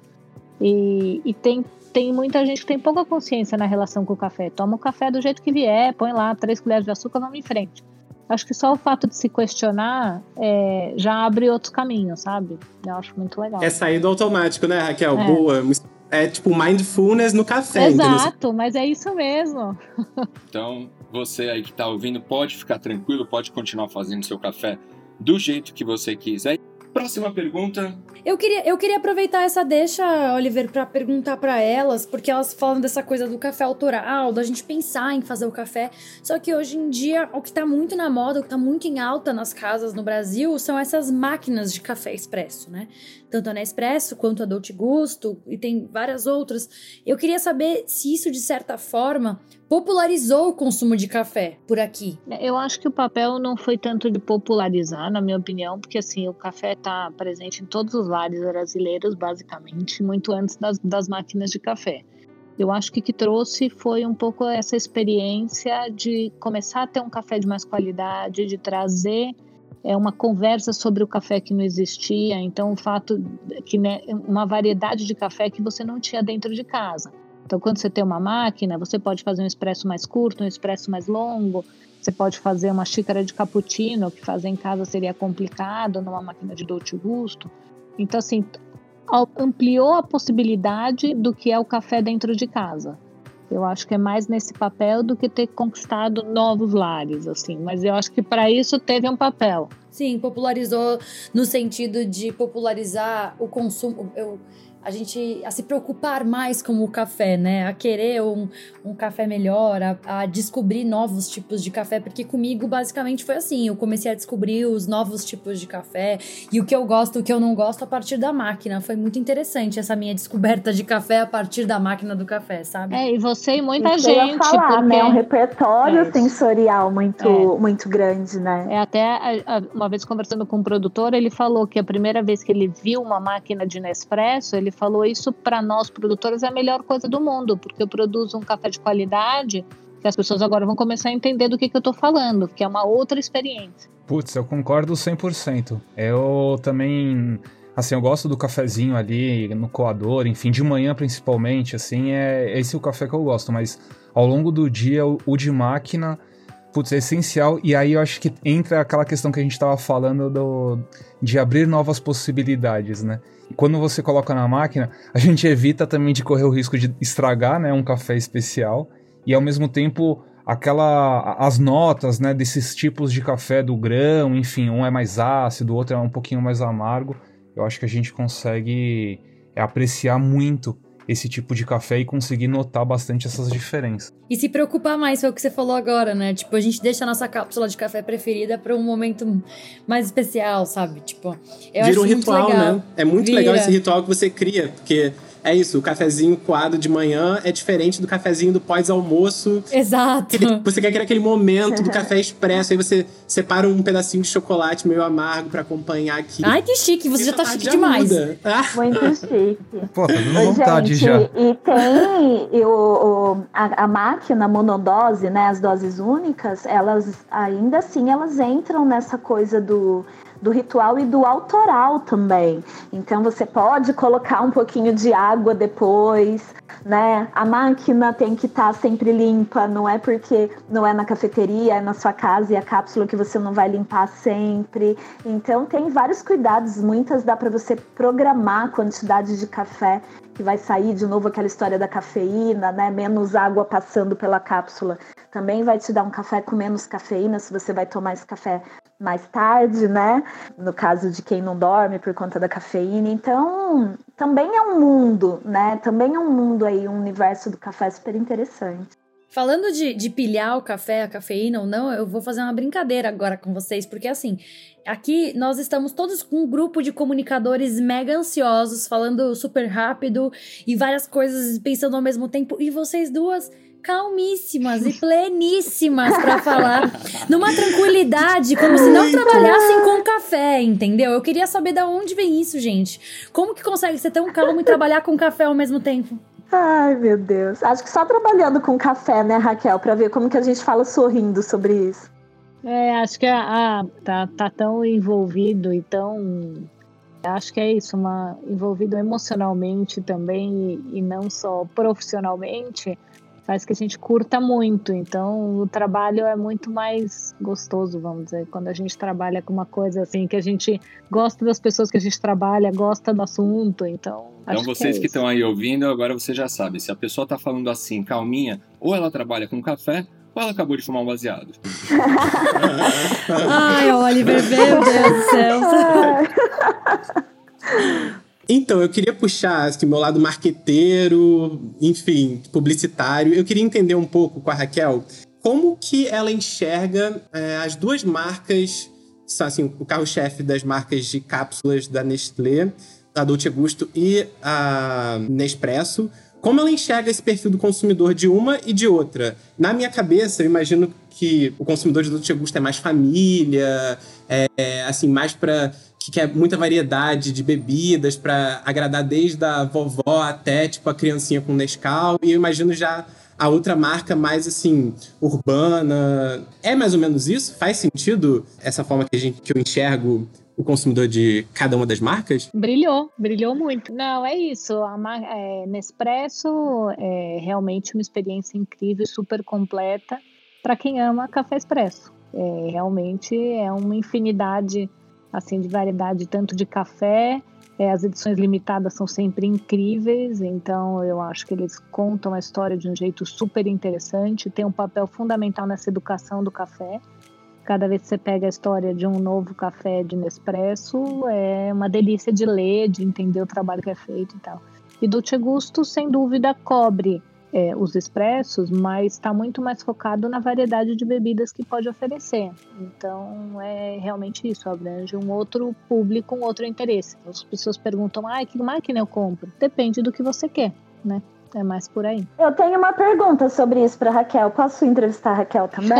[SPEAKER 3] E, e tem, tem muita gente que tem pouca consciência na relação com o café. Toma o café do jeito que vier, põe lá três colheres de açúcar, vamos em frente. Acho que só o fato de se questionar é, já abre outros caminhos, sabe? Eu acho muito legal.
[SPEAKER 7] É sair do automático, né, Raquel?
[SPEAKER 3] É.
[SPEAKER 7] Boa. É tipo mindfulness no café.
[SPEAKER 3] Exato,
[SPEAKER 7] entendeu?
[SPEAKER 3] mas é isso mesmo.
[SPEAKER 2] Então, você aí que tá ouvindo, pode ficar tranquilo, pode continuar fazendo seu café do jeito que você quiser. Próxima pergunta.
[SPEAKER 5] Eu queria, eu queria aproveitar essa deixa, Oliver, pra perguntar pra elas, porque elas falam dessa coisa do café autoral, da gente pensar em fazer o café. Só que hoje em dia, o que tá muito na moda, o que tá muito em alta nas casas no Brasil, são essas máquinas de café expresso, né? Tanto a Nespresso quanto a Dolce Gusto, e tem várias outras. Eu queria saber se isso, de certa forma, popularizou o consumo de café por aqui.
[SPEAKER 3] Eu acho que o papel não foi tanto de popularizar, na minha opinião, porque assim, o café está presente em todos os lares brasileiros, basicamente, muito antes das, das máquinas de café. Eu acho que o que trouxe foi um pouco essa experiência de começar a ter um café de mais qualidade, de trazer é, uma conversa sobre o café que não existia. Então, o fato que, né, uma variedade de café que você não tinha dentro de casa. Então, quando você tem uma máquina, você pode fazer um expresso mais curto, um expresso mais longo. Você pode fazer uma xícara de cappuccino, que fazer em casa seria complicado, numa máquina de Dolce Gusto. Então, assim, ampliou a possibilidade do que é o café dentro de casa. Eu acho que é mais nesse papel do que ter conquistado novos lares, assim. Mas eu acho que para isso teve um papel.
[SPEAKER 5] Sim, popularizou no sentido de popularizar o consumo... Eu... a gente a se preocupar mais com o café, né? A querer um, um café melhor, a, a descobrir novos tipos de café, porque comigo basicamente foi assim, eu comecei a descobrir os novos tipos de café e o que eu gosto, o que eu não gosto a partir da máquina. Foi muito interessante essa minha descoberta de café a partir da máquina do café, sabe?
[SPEAKER 3] É, e você e muita
[SPEAKER 4] Isso
[SPEAKER 3] gente,
[SPEAKER 4] eu ia falar,
[SPEAKER 3] porque...
[SPEAKER 4] né? Um repertório
[SPEAKER 3] é
[SPEAKER 4] sensorial muito,
[SPEAKER 3] é.
[SPEAKER 4] muito grande, né?
[SPEAKER 3] É, até a, a, uma vez conversando com um produtor, ele falou que a primeira vez que ele viu uma máquina de Nespresso, ele falou isso para nós produtores é a melhor coisa do mundo, porque eu produzo um café de qualidade que as pessoas agora vão começar a entender do que, que eu tô falando, que é uma outra experiência.
[SPEAKER 6] Putz, eu concordo cem por cento. Eu também, assim, eu gosto do cafezinho ali no coador, enfim, de manhã principalmente, assim, é esse é o café que eu gosto, mas ao longo do dia, o, o de máquina, putz, é essencial, e aí eu acho que entra aquela questão que a gente tava falando do, de abrir novas possibilidades, né? Quando você coloca na máquina, a gente evita também de correr o risco de estragar, né, um café especial, e ao mesmo tempo aquela, as notas, né, desses tipos de café do grão, enfim, um é mais ácido, o outro é um pouquinho mais amargo. Eu acho que a gente consegue apreciar muito esse tipo de café e conseguir notar bastante essas diferenças.
[SPEAKER 5] E se preocupar mais, foi o que você falou agora, né? Tipo, a gente deixa a nossa cápsula de café preferida para um momento mais especial, sabe? Tipo, eu
[SPEAKER 7] Vira
[SPEAKER 5] acho
[SPEAKER 7] um ritual,
[SPEAKER 5] muito legal.
[SPEAKER 7] né? É muito
[SPEAKER 5] Vira.
[SPEAKER 7] legal esse ritual que você cria, porque é isso, o cafezinho coado de manhã é diferente do cafezinho do pós-almoço.
[SPEAKER 5] Exato.
[SPEAKER 7] Você quer criar aquele momento do café expresso, aí você separa um pedacinho de chocolate meio amargo pra acompanhar aqui.
[SPEAKER 5] Ai, que chique, você já tá
[SPEAKER 7] Essa
[SPEAKER 5] chique
[SPEAKER 7] parte
[SPEAKER 5] demais.
[SPEAKER 7] ajuda. Ah,
[SPEAKER 4] Muito chique.
[SPEAKER 6] Pô, tá dando vontade
[SPEAKER 4] Gente,
[SPEAKER 6] já.
[SPEAKER 4] e tem e o, o- a, a máquina monodose, né, as doses únicas, elas ainda assim elas entram nessa coisa do, do ritual e do autoral também. Então você pode colocar um pouquinho de água depois, né? A máquina tem que estar sempre limpa, não é porque não é na cafeteria, é na sua casa e a cápsula que você não vai limpar sempre. Então tem vários cuidados, muitas dá para você programar a quantidade de café que vai sair, de novo aquela história da cafeína, né? Menos água passando pela cápsula também vai te dar um café com menos cafeína, se você vai tomar esse café mais tarde, né? No caso de quem não dorme por conta da cafeína. Então, também é um mundo, né? Também é um mundo aí, um universo do café super interessante.
[SPEAKER 5] Falando de, de pilhar o café, a cafeína ou não, eu vou fazer uma brincadeira agora com vocês, porque assim, aqui nós estamos todos com um grupo de comunicadores mega ansiosos, falando super rápido e várias coisas, pensando ao mesmo tempo, e vocês duas calmíssimas e pleníssimas pra falar, numa tranquilidade, como se não trabalhassem com café, entendeu? Eu queria saber de onde vem isso, gente. Como que consegue ser tão calmo e trabalhar com café ao mesmo tempo?
[SPEAKER 4] Ai, meu Deus. Acho que só trabalhando com café, né, Raquel? Pra ver como que a gente fala sorrindo sobre isso.
[SPEAKER 3] É, acho que a, a, tá, tá tão envolvido e tão... Acho que é isso, uma, envolvido emocionalmente também e, e não só profissionalmente, faz que a gente curta muito. Então, o trabalho é muito mais gostoso, vamos dizer, quando a gente trabalha com uma coisa assim, que a gente gosta das pessoas que a gente trabalha, gosta do assunto, então...
[SPEAKER 2] Então vocês que estão aí ouvindo, agora você já sabe, se a pessoa tá falando assim, calminha, ou ela trabalha com café, ou ela acabou de fumar um baseado.
[SPEAKER 5] Ai, Oliver, meu Deus do céu.
[SPEAKER 7] Então, eu queria puxar assim, meu lado marqueteiro, enfim, publicitário. Eu queria entender um pouco com a Raquel como que ela enxerga é, as duas marcas, assim, o carro-chefe das marcas de cápsulas da Nestlé, a Dolce Gusto e a Nespresso. Como ela enxerga esse perfil do consumidor de uma e de outra? Na minha cabeça, eu imagino que o consumidor de Dolce Gusto é mais família, é, é assim, mais para... que quer muita variedade de bebidas para agradar desde a vovó até, tipo, a criancinha com Nescau. E eu imagino já a outra marca mais, assim, urbana. É mais ou menos isso? Faz sentido essa forma que, a gente, que eu enxergo o consumidor de cada uma das marcas?
[SPEAKER 3] Brilhou, brilhou muito. Não, é isso. A mar... é, Nespresso é realmente uma experiência incrível, super completa para quem ama café expresso. É, realmente é uma infinidade assim, de variedade, tanto de café, é, as edições limitadas são sempre incríveis, então eu acho que eles contam a história de um jeito super interessante, tem um papel fundamental nessa educação do café. Cada vez que você pega a história de um novo café de Nespresso, é uma delícia de ler, de entender o trabalho que é feito e tal. E Dolce Gusto, sem dúvida, cobre É, os expressos, mas está muito mais focado na variedade de bebidas que pode oferecer. Então, é realmente isso, abrange um outro público, um outro interesse. As pessoas perguntam, ah, que máquina eu compro? Depende do que você quer, né? É mais por aí.
[SPEAKER 4] Eu tenho uma pergunta sobre isso para Raquel. Posso entrevistar a Raquel também?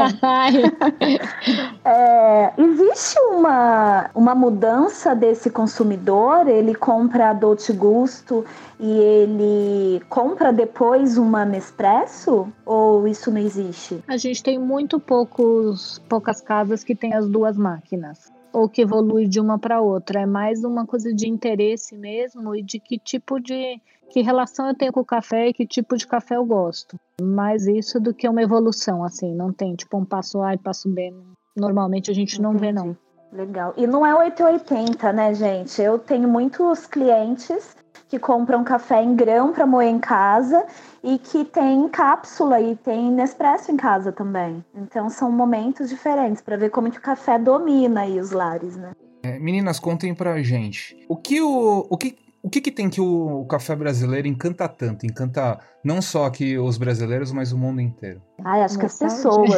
[SPEAKER 4] é, existe uma, uma mudança desse consumidor? Ele compra a Dolce Gusto e ele compra depois uma Nespresso? Ou isso não existe?
[SPEAKER 3] A gente tem muito poucos, poucas casas que tem as duas máquinas. Ou que evolui de uma para outra. É mais uma coisa de interesse mesmo e de que tipo de... que relação eu tenho com o café e que tipo de café eu gosto. Mais isso do que uma evolução, assim. Não tem, tipo, um passo A e passo B. Normalmente a gente não
[SPEAKER 4] Entendi.
[SPEAKER 3] vê, não.
[SPEAKER 4] Legal. E não é oito ou oitenta, né, gente? Eu tenho muitos clientes que compram café em grão para moer em casa e que tem cápsula e tem Nespresso em casa também. Então são momentos diferentes para ver como que o café domina aí os lares, né?
[SPEAKER 6] É, meninas, contem pra gente. O que o, o que O que, que tem que o, o café brasileiro encanta tanto? Encanta não só aqui os brasileiros, mas o mundo inteiro.
[SPEAKER 4] Ai, acho que as pessoas.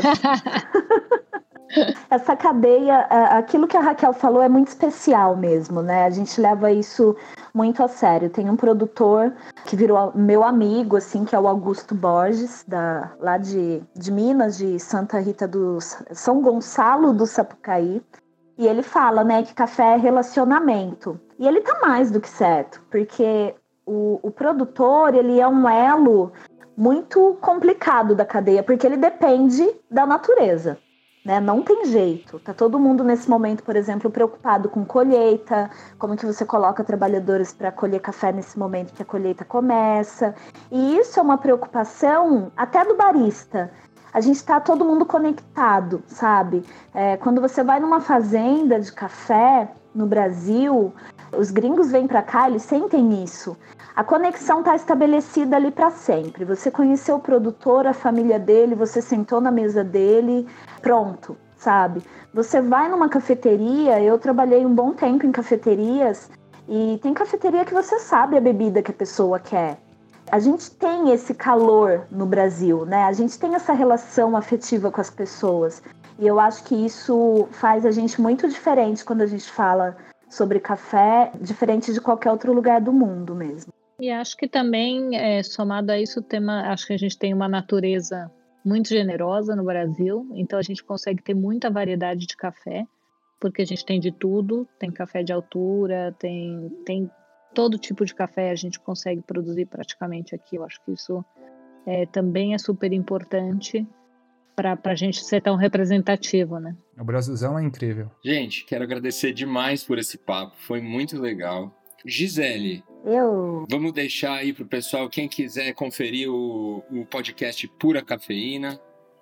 [SPEAKER 4] Essa cadeia, aquilo que a Raquel falou é muito especial mesmo, né? A gente leva isso muito a sério. Tem um produtor que virou meu amigo, assim, que é o Augusto Borges, da, lá de, de Minas, de Santa Rita do São Gonçalo do Sapucaí. E ele fala, né, que café é relacionamento. E ele tá mais do que certo, porque o, o produtor, ele é um elo muito complicado da cadeia, porque ele depende da natureza, né? Não tem jeito. Tá todo mundo nesse momento, por exemplo, preocupado com colheita, como que você coloca trabalhadores para colher café nesse momento que a colheita começa. E isso é uma preocupação até do barista. A gente está todo mundo conectado, sabe? É, quando você vai numa fazenda de café no Brasil, os gringos vêm para cá, eles sentem isso. A conexão está estabelecida ali para sempre. Você conheceu o produtor, a família dele, você sentou na mesa dele, pronto, sabe? Você vai numa cafeteria, eu trabalhei um bom tempo em cafeterias, e tem cafeteria que você sabe a bebida que a pessoa quer. a gente tem esse calor no Brasil, né? A gente tem essa relação afetiva com as pessoas. E eu acho que isso faz a gente muito diferente quando a gente fala sobre café, diferente de qualquer outro lugar do mundo mesmo.
[SPEAKER 3] E acho que também, é, somado a isso, tem uma, acho que a gente tem uma natureza muito generosa no Brasil, então a gente consegue ter muita variedade de café, porque a gente tem de tudo, tem café de altura, tem, tem todo tipo de café a gente consegue produzir praticamente aqui. Eu acho que isso é, também é super importante para a gente ser tão representativo, né?
[SPEAKER 6] O Brasilzão é incrível.
[SPEAKER 2] Gente, quero agradecer demais por esse papo, foi muito legal. Gisele,
[SPEAKER 4] Eu...
[SPEAKER 2] vamos deixar aí pro pessoal, quem quiser conferir o, o podcast Pura Cafeína,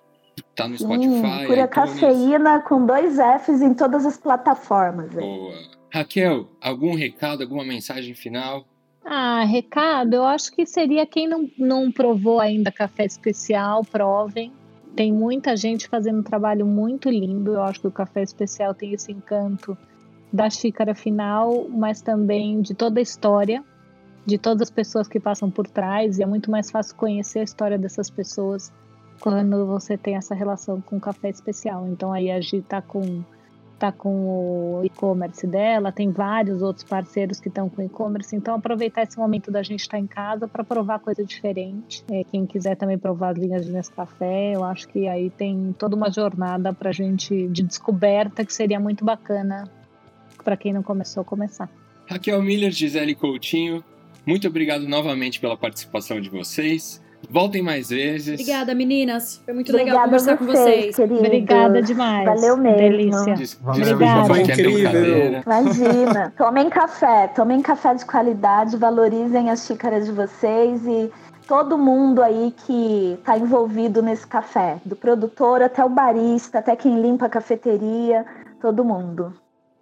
[SPEAKER 2] tá no
[SPEAKER 4] Sim,
[SPEAKER 2] Spotify,
[SPEAKER 4] Pura
[SPEAKER 2] iTunes.
[SPEAKER 4] Cafeína com dois Fs em todas as plataformas. Hein?
[SPEAKER 2] Boa. Raquel, algum recado, alguma mensagem final?
[SPEAKER 3] Ah, recado, eu acho que seria quem não, não provou ainda café especial, provem. Tem muita gente fazendo um trabalho muito lindo. Eu acho que o café especial tem esse encanto da xícara final, mas também de toda a história, de todas as pessoas que passam por trás. E é muito mais fácil conhecer a história dessas pessoas quando você tem essa relação com o café especial. Então aí a Gi tá com, tá com o e-commerce dela, tem vários outros parceiros que estão com e-commerce. Então aproveitar esse momento da gente estar em casa para provar coisa diferente. É, quem quiser também provar as linhas de Nescafé, eu acho que aí tem toda uma jornada pra gente de descoberta que seria muito bacana para quem não começou a começar.
[SPEAKER 2] Raquel Miller, Gisele Coutinho, muito obrigado novamente pela participação de vocês. Voltem mais vezes.
[SPEAKER 5] Obrigada, meninas. Foi muito
[SPEAKER 4] Obrigada
[SPEAKER 5] legal conversar com vocês.
[SPEAKER 4] Queridos.
[SPEAKER 3] Obrigada demais.
[SPEAKER 4] Valeu mesmo.
[SPEAKER 3] Delícia.
[SPEAKER 2] Des-
[SPEAKER 6] Valeu,
[SPEAKER 2] Desculpa
[SPEAKER 3] obrigada.
[SPEAKER 2] qualquer
[SPEAKER 7] Foi incrível.
[SPEAKER 2] brincadeira.
[SPEAKER 4] Imagina. Tomem café, tomem café de qualidade, valorizem as xícaras de vocês e todo mundo aí que está envolvido nesse café, do produtor até o barista, até quem limpa a cafeteria, todo mundo.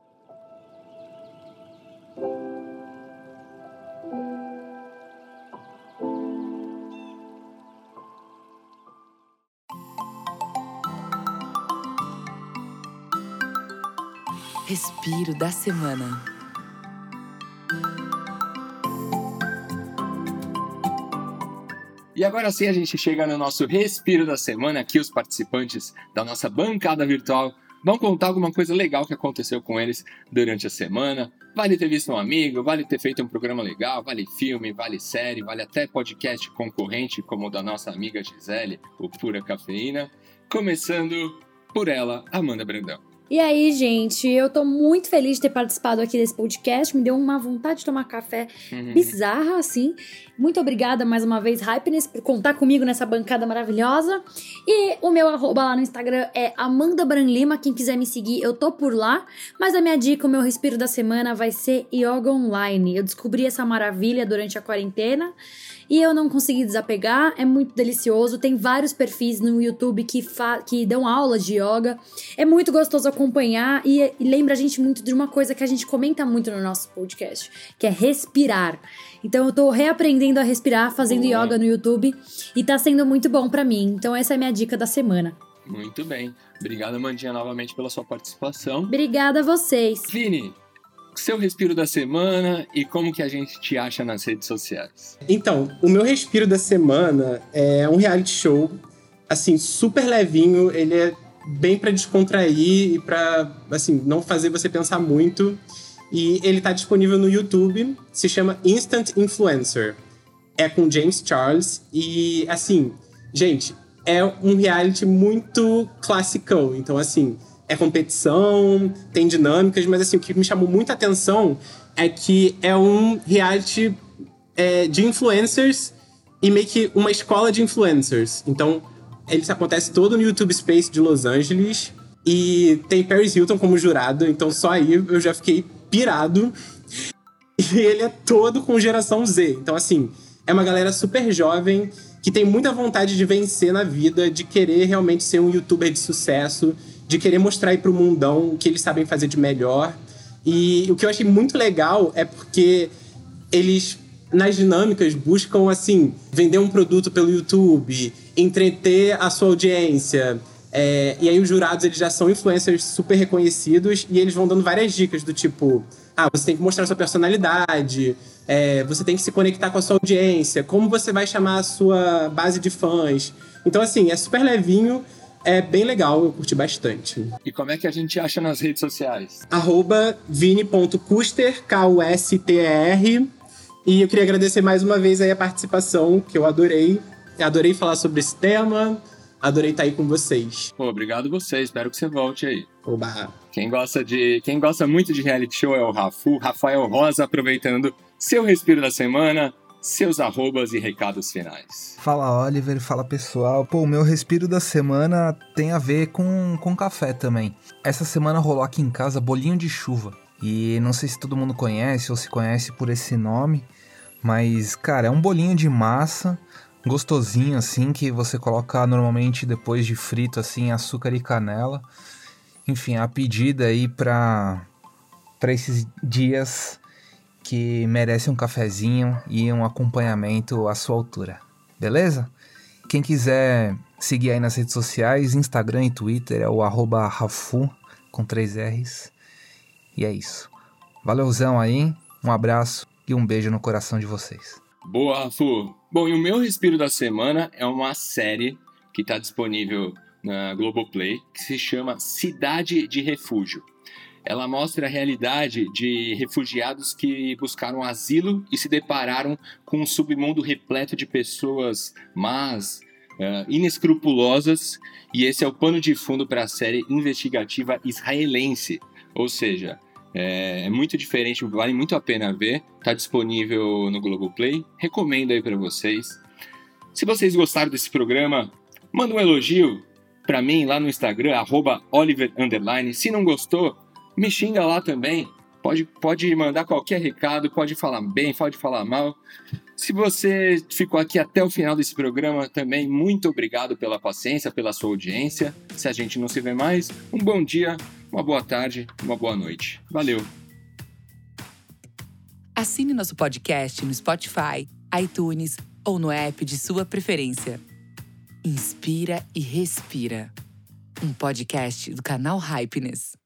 [SPEAKER 1] Respiro da semana.
[SPEAKER 2] E agora sim a gente chega no nosso Respiro da Semana. Aqui os participantes da nossa bancada virtual vão contar alguma coisa legal que aconteceu com eles durante a semana. Vale ter visto um amigo, vale ter feito um programa legal, vale filme, vale série, vale até podcast concorrente como o da nossa amiga Gisele, o Pura Cafeína. Começando por ela, Amanda Brandão.
[SPEAKER 5] E aí, gente, eu tô muito feliz de ter participado aqui desse podcast. Me deu uma vontade de tomar café
[SPEAKER 2] Uhum.
[SPEAKER 5] bizarra, assim. Muito obrigada mais uma vez, Hypeness, por contar comigo nessa bancada maravilhosa. E o meu arroba lá no Instagram é Amanda Branlima. Quem quiser me seguir, eu tô por lá. Mas a minha dica, o meu respiro da semana vai ser yoga online. Eu descobri essa maravilha durante a quarentena e eu não consegui desapegar. É muito delicioso. Tem vários perfis no YouTube que, fa- que dão aulas de yoga. É muito gostoso acompanhar e, e lembra a gente muito de uma coisa que a gente comenta muito no nosso podcast, que é respirar. Então eu tô reaprendendo a respirar, fazendo
[SPEAKER 2] Boa.
[SPEAKER 5] yoga no YouTube e tá sendo muito bom pra mim. Então essa é a minha dica da semana.
[SPEAKER 2] Muito bem. Obrigado, Amandinha, novamente pela sua participação.
[SPEAKER 5] Obrigada a vocês.
[SPEAKER 2] Vini, seu respiro da semana e como que a gente te acha nas redes sociais?
[SPEAKER 7] Então, o meu respiro da semana é um reality show, assim, super levinho. Ele é bem pra descontrair e pra, assim, não fazer você pensar muito. E ele tá disponível no YouTube, se chama Instant Influencer. É com James Charles e, assim, gente, é um reality muito classicão. Então, assim, é competição, tem dinâmicas, mas, assim, o que me chamou muita atenção é que é um reality é, de influencers e meio que uma escola de influencers. Então, ele acontece todo no YouTube Space de Los Angeles e tem Paris Hilton como jurado, então só aí eu já fiquei pirado. E ele é todo com geração Z. Então, assim, é uma galera super jovem que tem muita vontade de vencer na vida, de querer realmente ser um youtuber de sucesso, de querer mostrar aí pro mundão o que eles sabem fazer de melhor. E o que eu achei muito legal é porque eles, nas dinâmicas, buscam, assim, vender um produto pelo YouTube, entreter a sua audiência. É, e aí os jurados, eles já são influencers super reconhecidos e eles vão dando várias dicas do tipo, Ah, você tem que mostrar sua personalidade, é, você tem que se conectar com a sua audiência, como você vai chamar a sua base de fãs. Então, assim, é super levinho, é bem legal, eu curti bastante.
[SPEAKER 2] E como é que a gente acha nas redes sociais?
[SPEAKER 7] Arroba vini.custer, K U S T E R. E eu queria agradecer mais uma vez aí a participação, que eu adorei. Eu adorei falar sobre esse tema, adorei estar aí com vocês.
[SPEAKER 2] Pô, obrigado você, espero que você volte aí.
[SPEAKER 7] Oba!
[SPEAKER 2] Quem gosta, de, quem gosta muito de reality show é o Rafu, Rafael Rosa, aproveitando seu respiro da semana, seus arrobas e recados finais.
[SPEAKER 6] Fala, Oliver, fala pessoal. Pô, o meu respiro da semana tem a ver com, com café também. Essa semana rolou aqui em casa bolinho de chuva. E não sei se todo mundo conhece ou se conhece por esse nome, mas, cara, é um bolinho de massa, gostosinho assim, que você coloca normalmente depois de frito, assim, açúcar e canela. Enfim, a pedida aí pra, pra esses dias que merecem um cafezinho e um acompanhamento à sua altura. Beleza? Quem quiser seguir aí nas redes sociais, Instagram e Twitter é o arroba Rafu, com três R's. E é isso. Valeuzão aí, um abraço e um beijo no coração de vocês.
[SPEAKER 2] Boa, Rafu! Bom, e o meu respiro da semana é uma série que está disponível na Globoplay, que se chama Cidade de Refúgio. Ela mostra a realidade de refugiados que buscaram asilo e se depararam com um submundo repleto de pessoas más, uh, inescrupulosas, e esse é o pano de fundo para a série investigativa israelense. Ou seja, é muito diferente, vale muito a pena ver. Está disponível no Globoplay. Recomendo aí para vocês. Se vocês gostaram desse programa, manda um elogio para mim lá no Instagram, arroba Oliver underline. Se não gostou, me xinga lá também. Pode, pode mandar qualquer recado, pode falar bem, pode falar mal. Se você ficou aqui até o final desse programa também, muito obrigado pela paciência, pela sua audiência. Se a gente não se vê mais, um bom dia, uma boa tarde, uma boa noite. Valeu!
[SPEAKER 1] Assine nosso podcast no Spotify, iTunes ou no app de sua preferência. Inspira e Respira. Um podcast do canal Hypeness.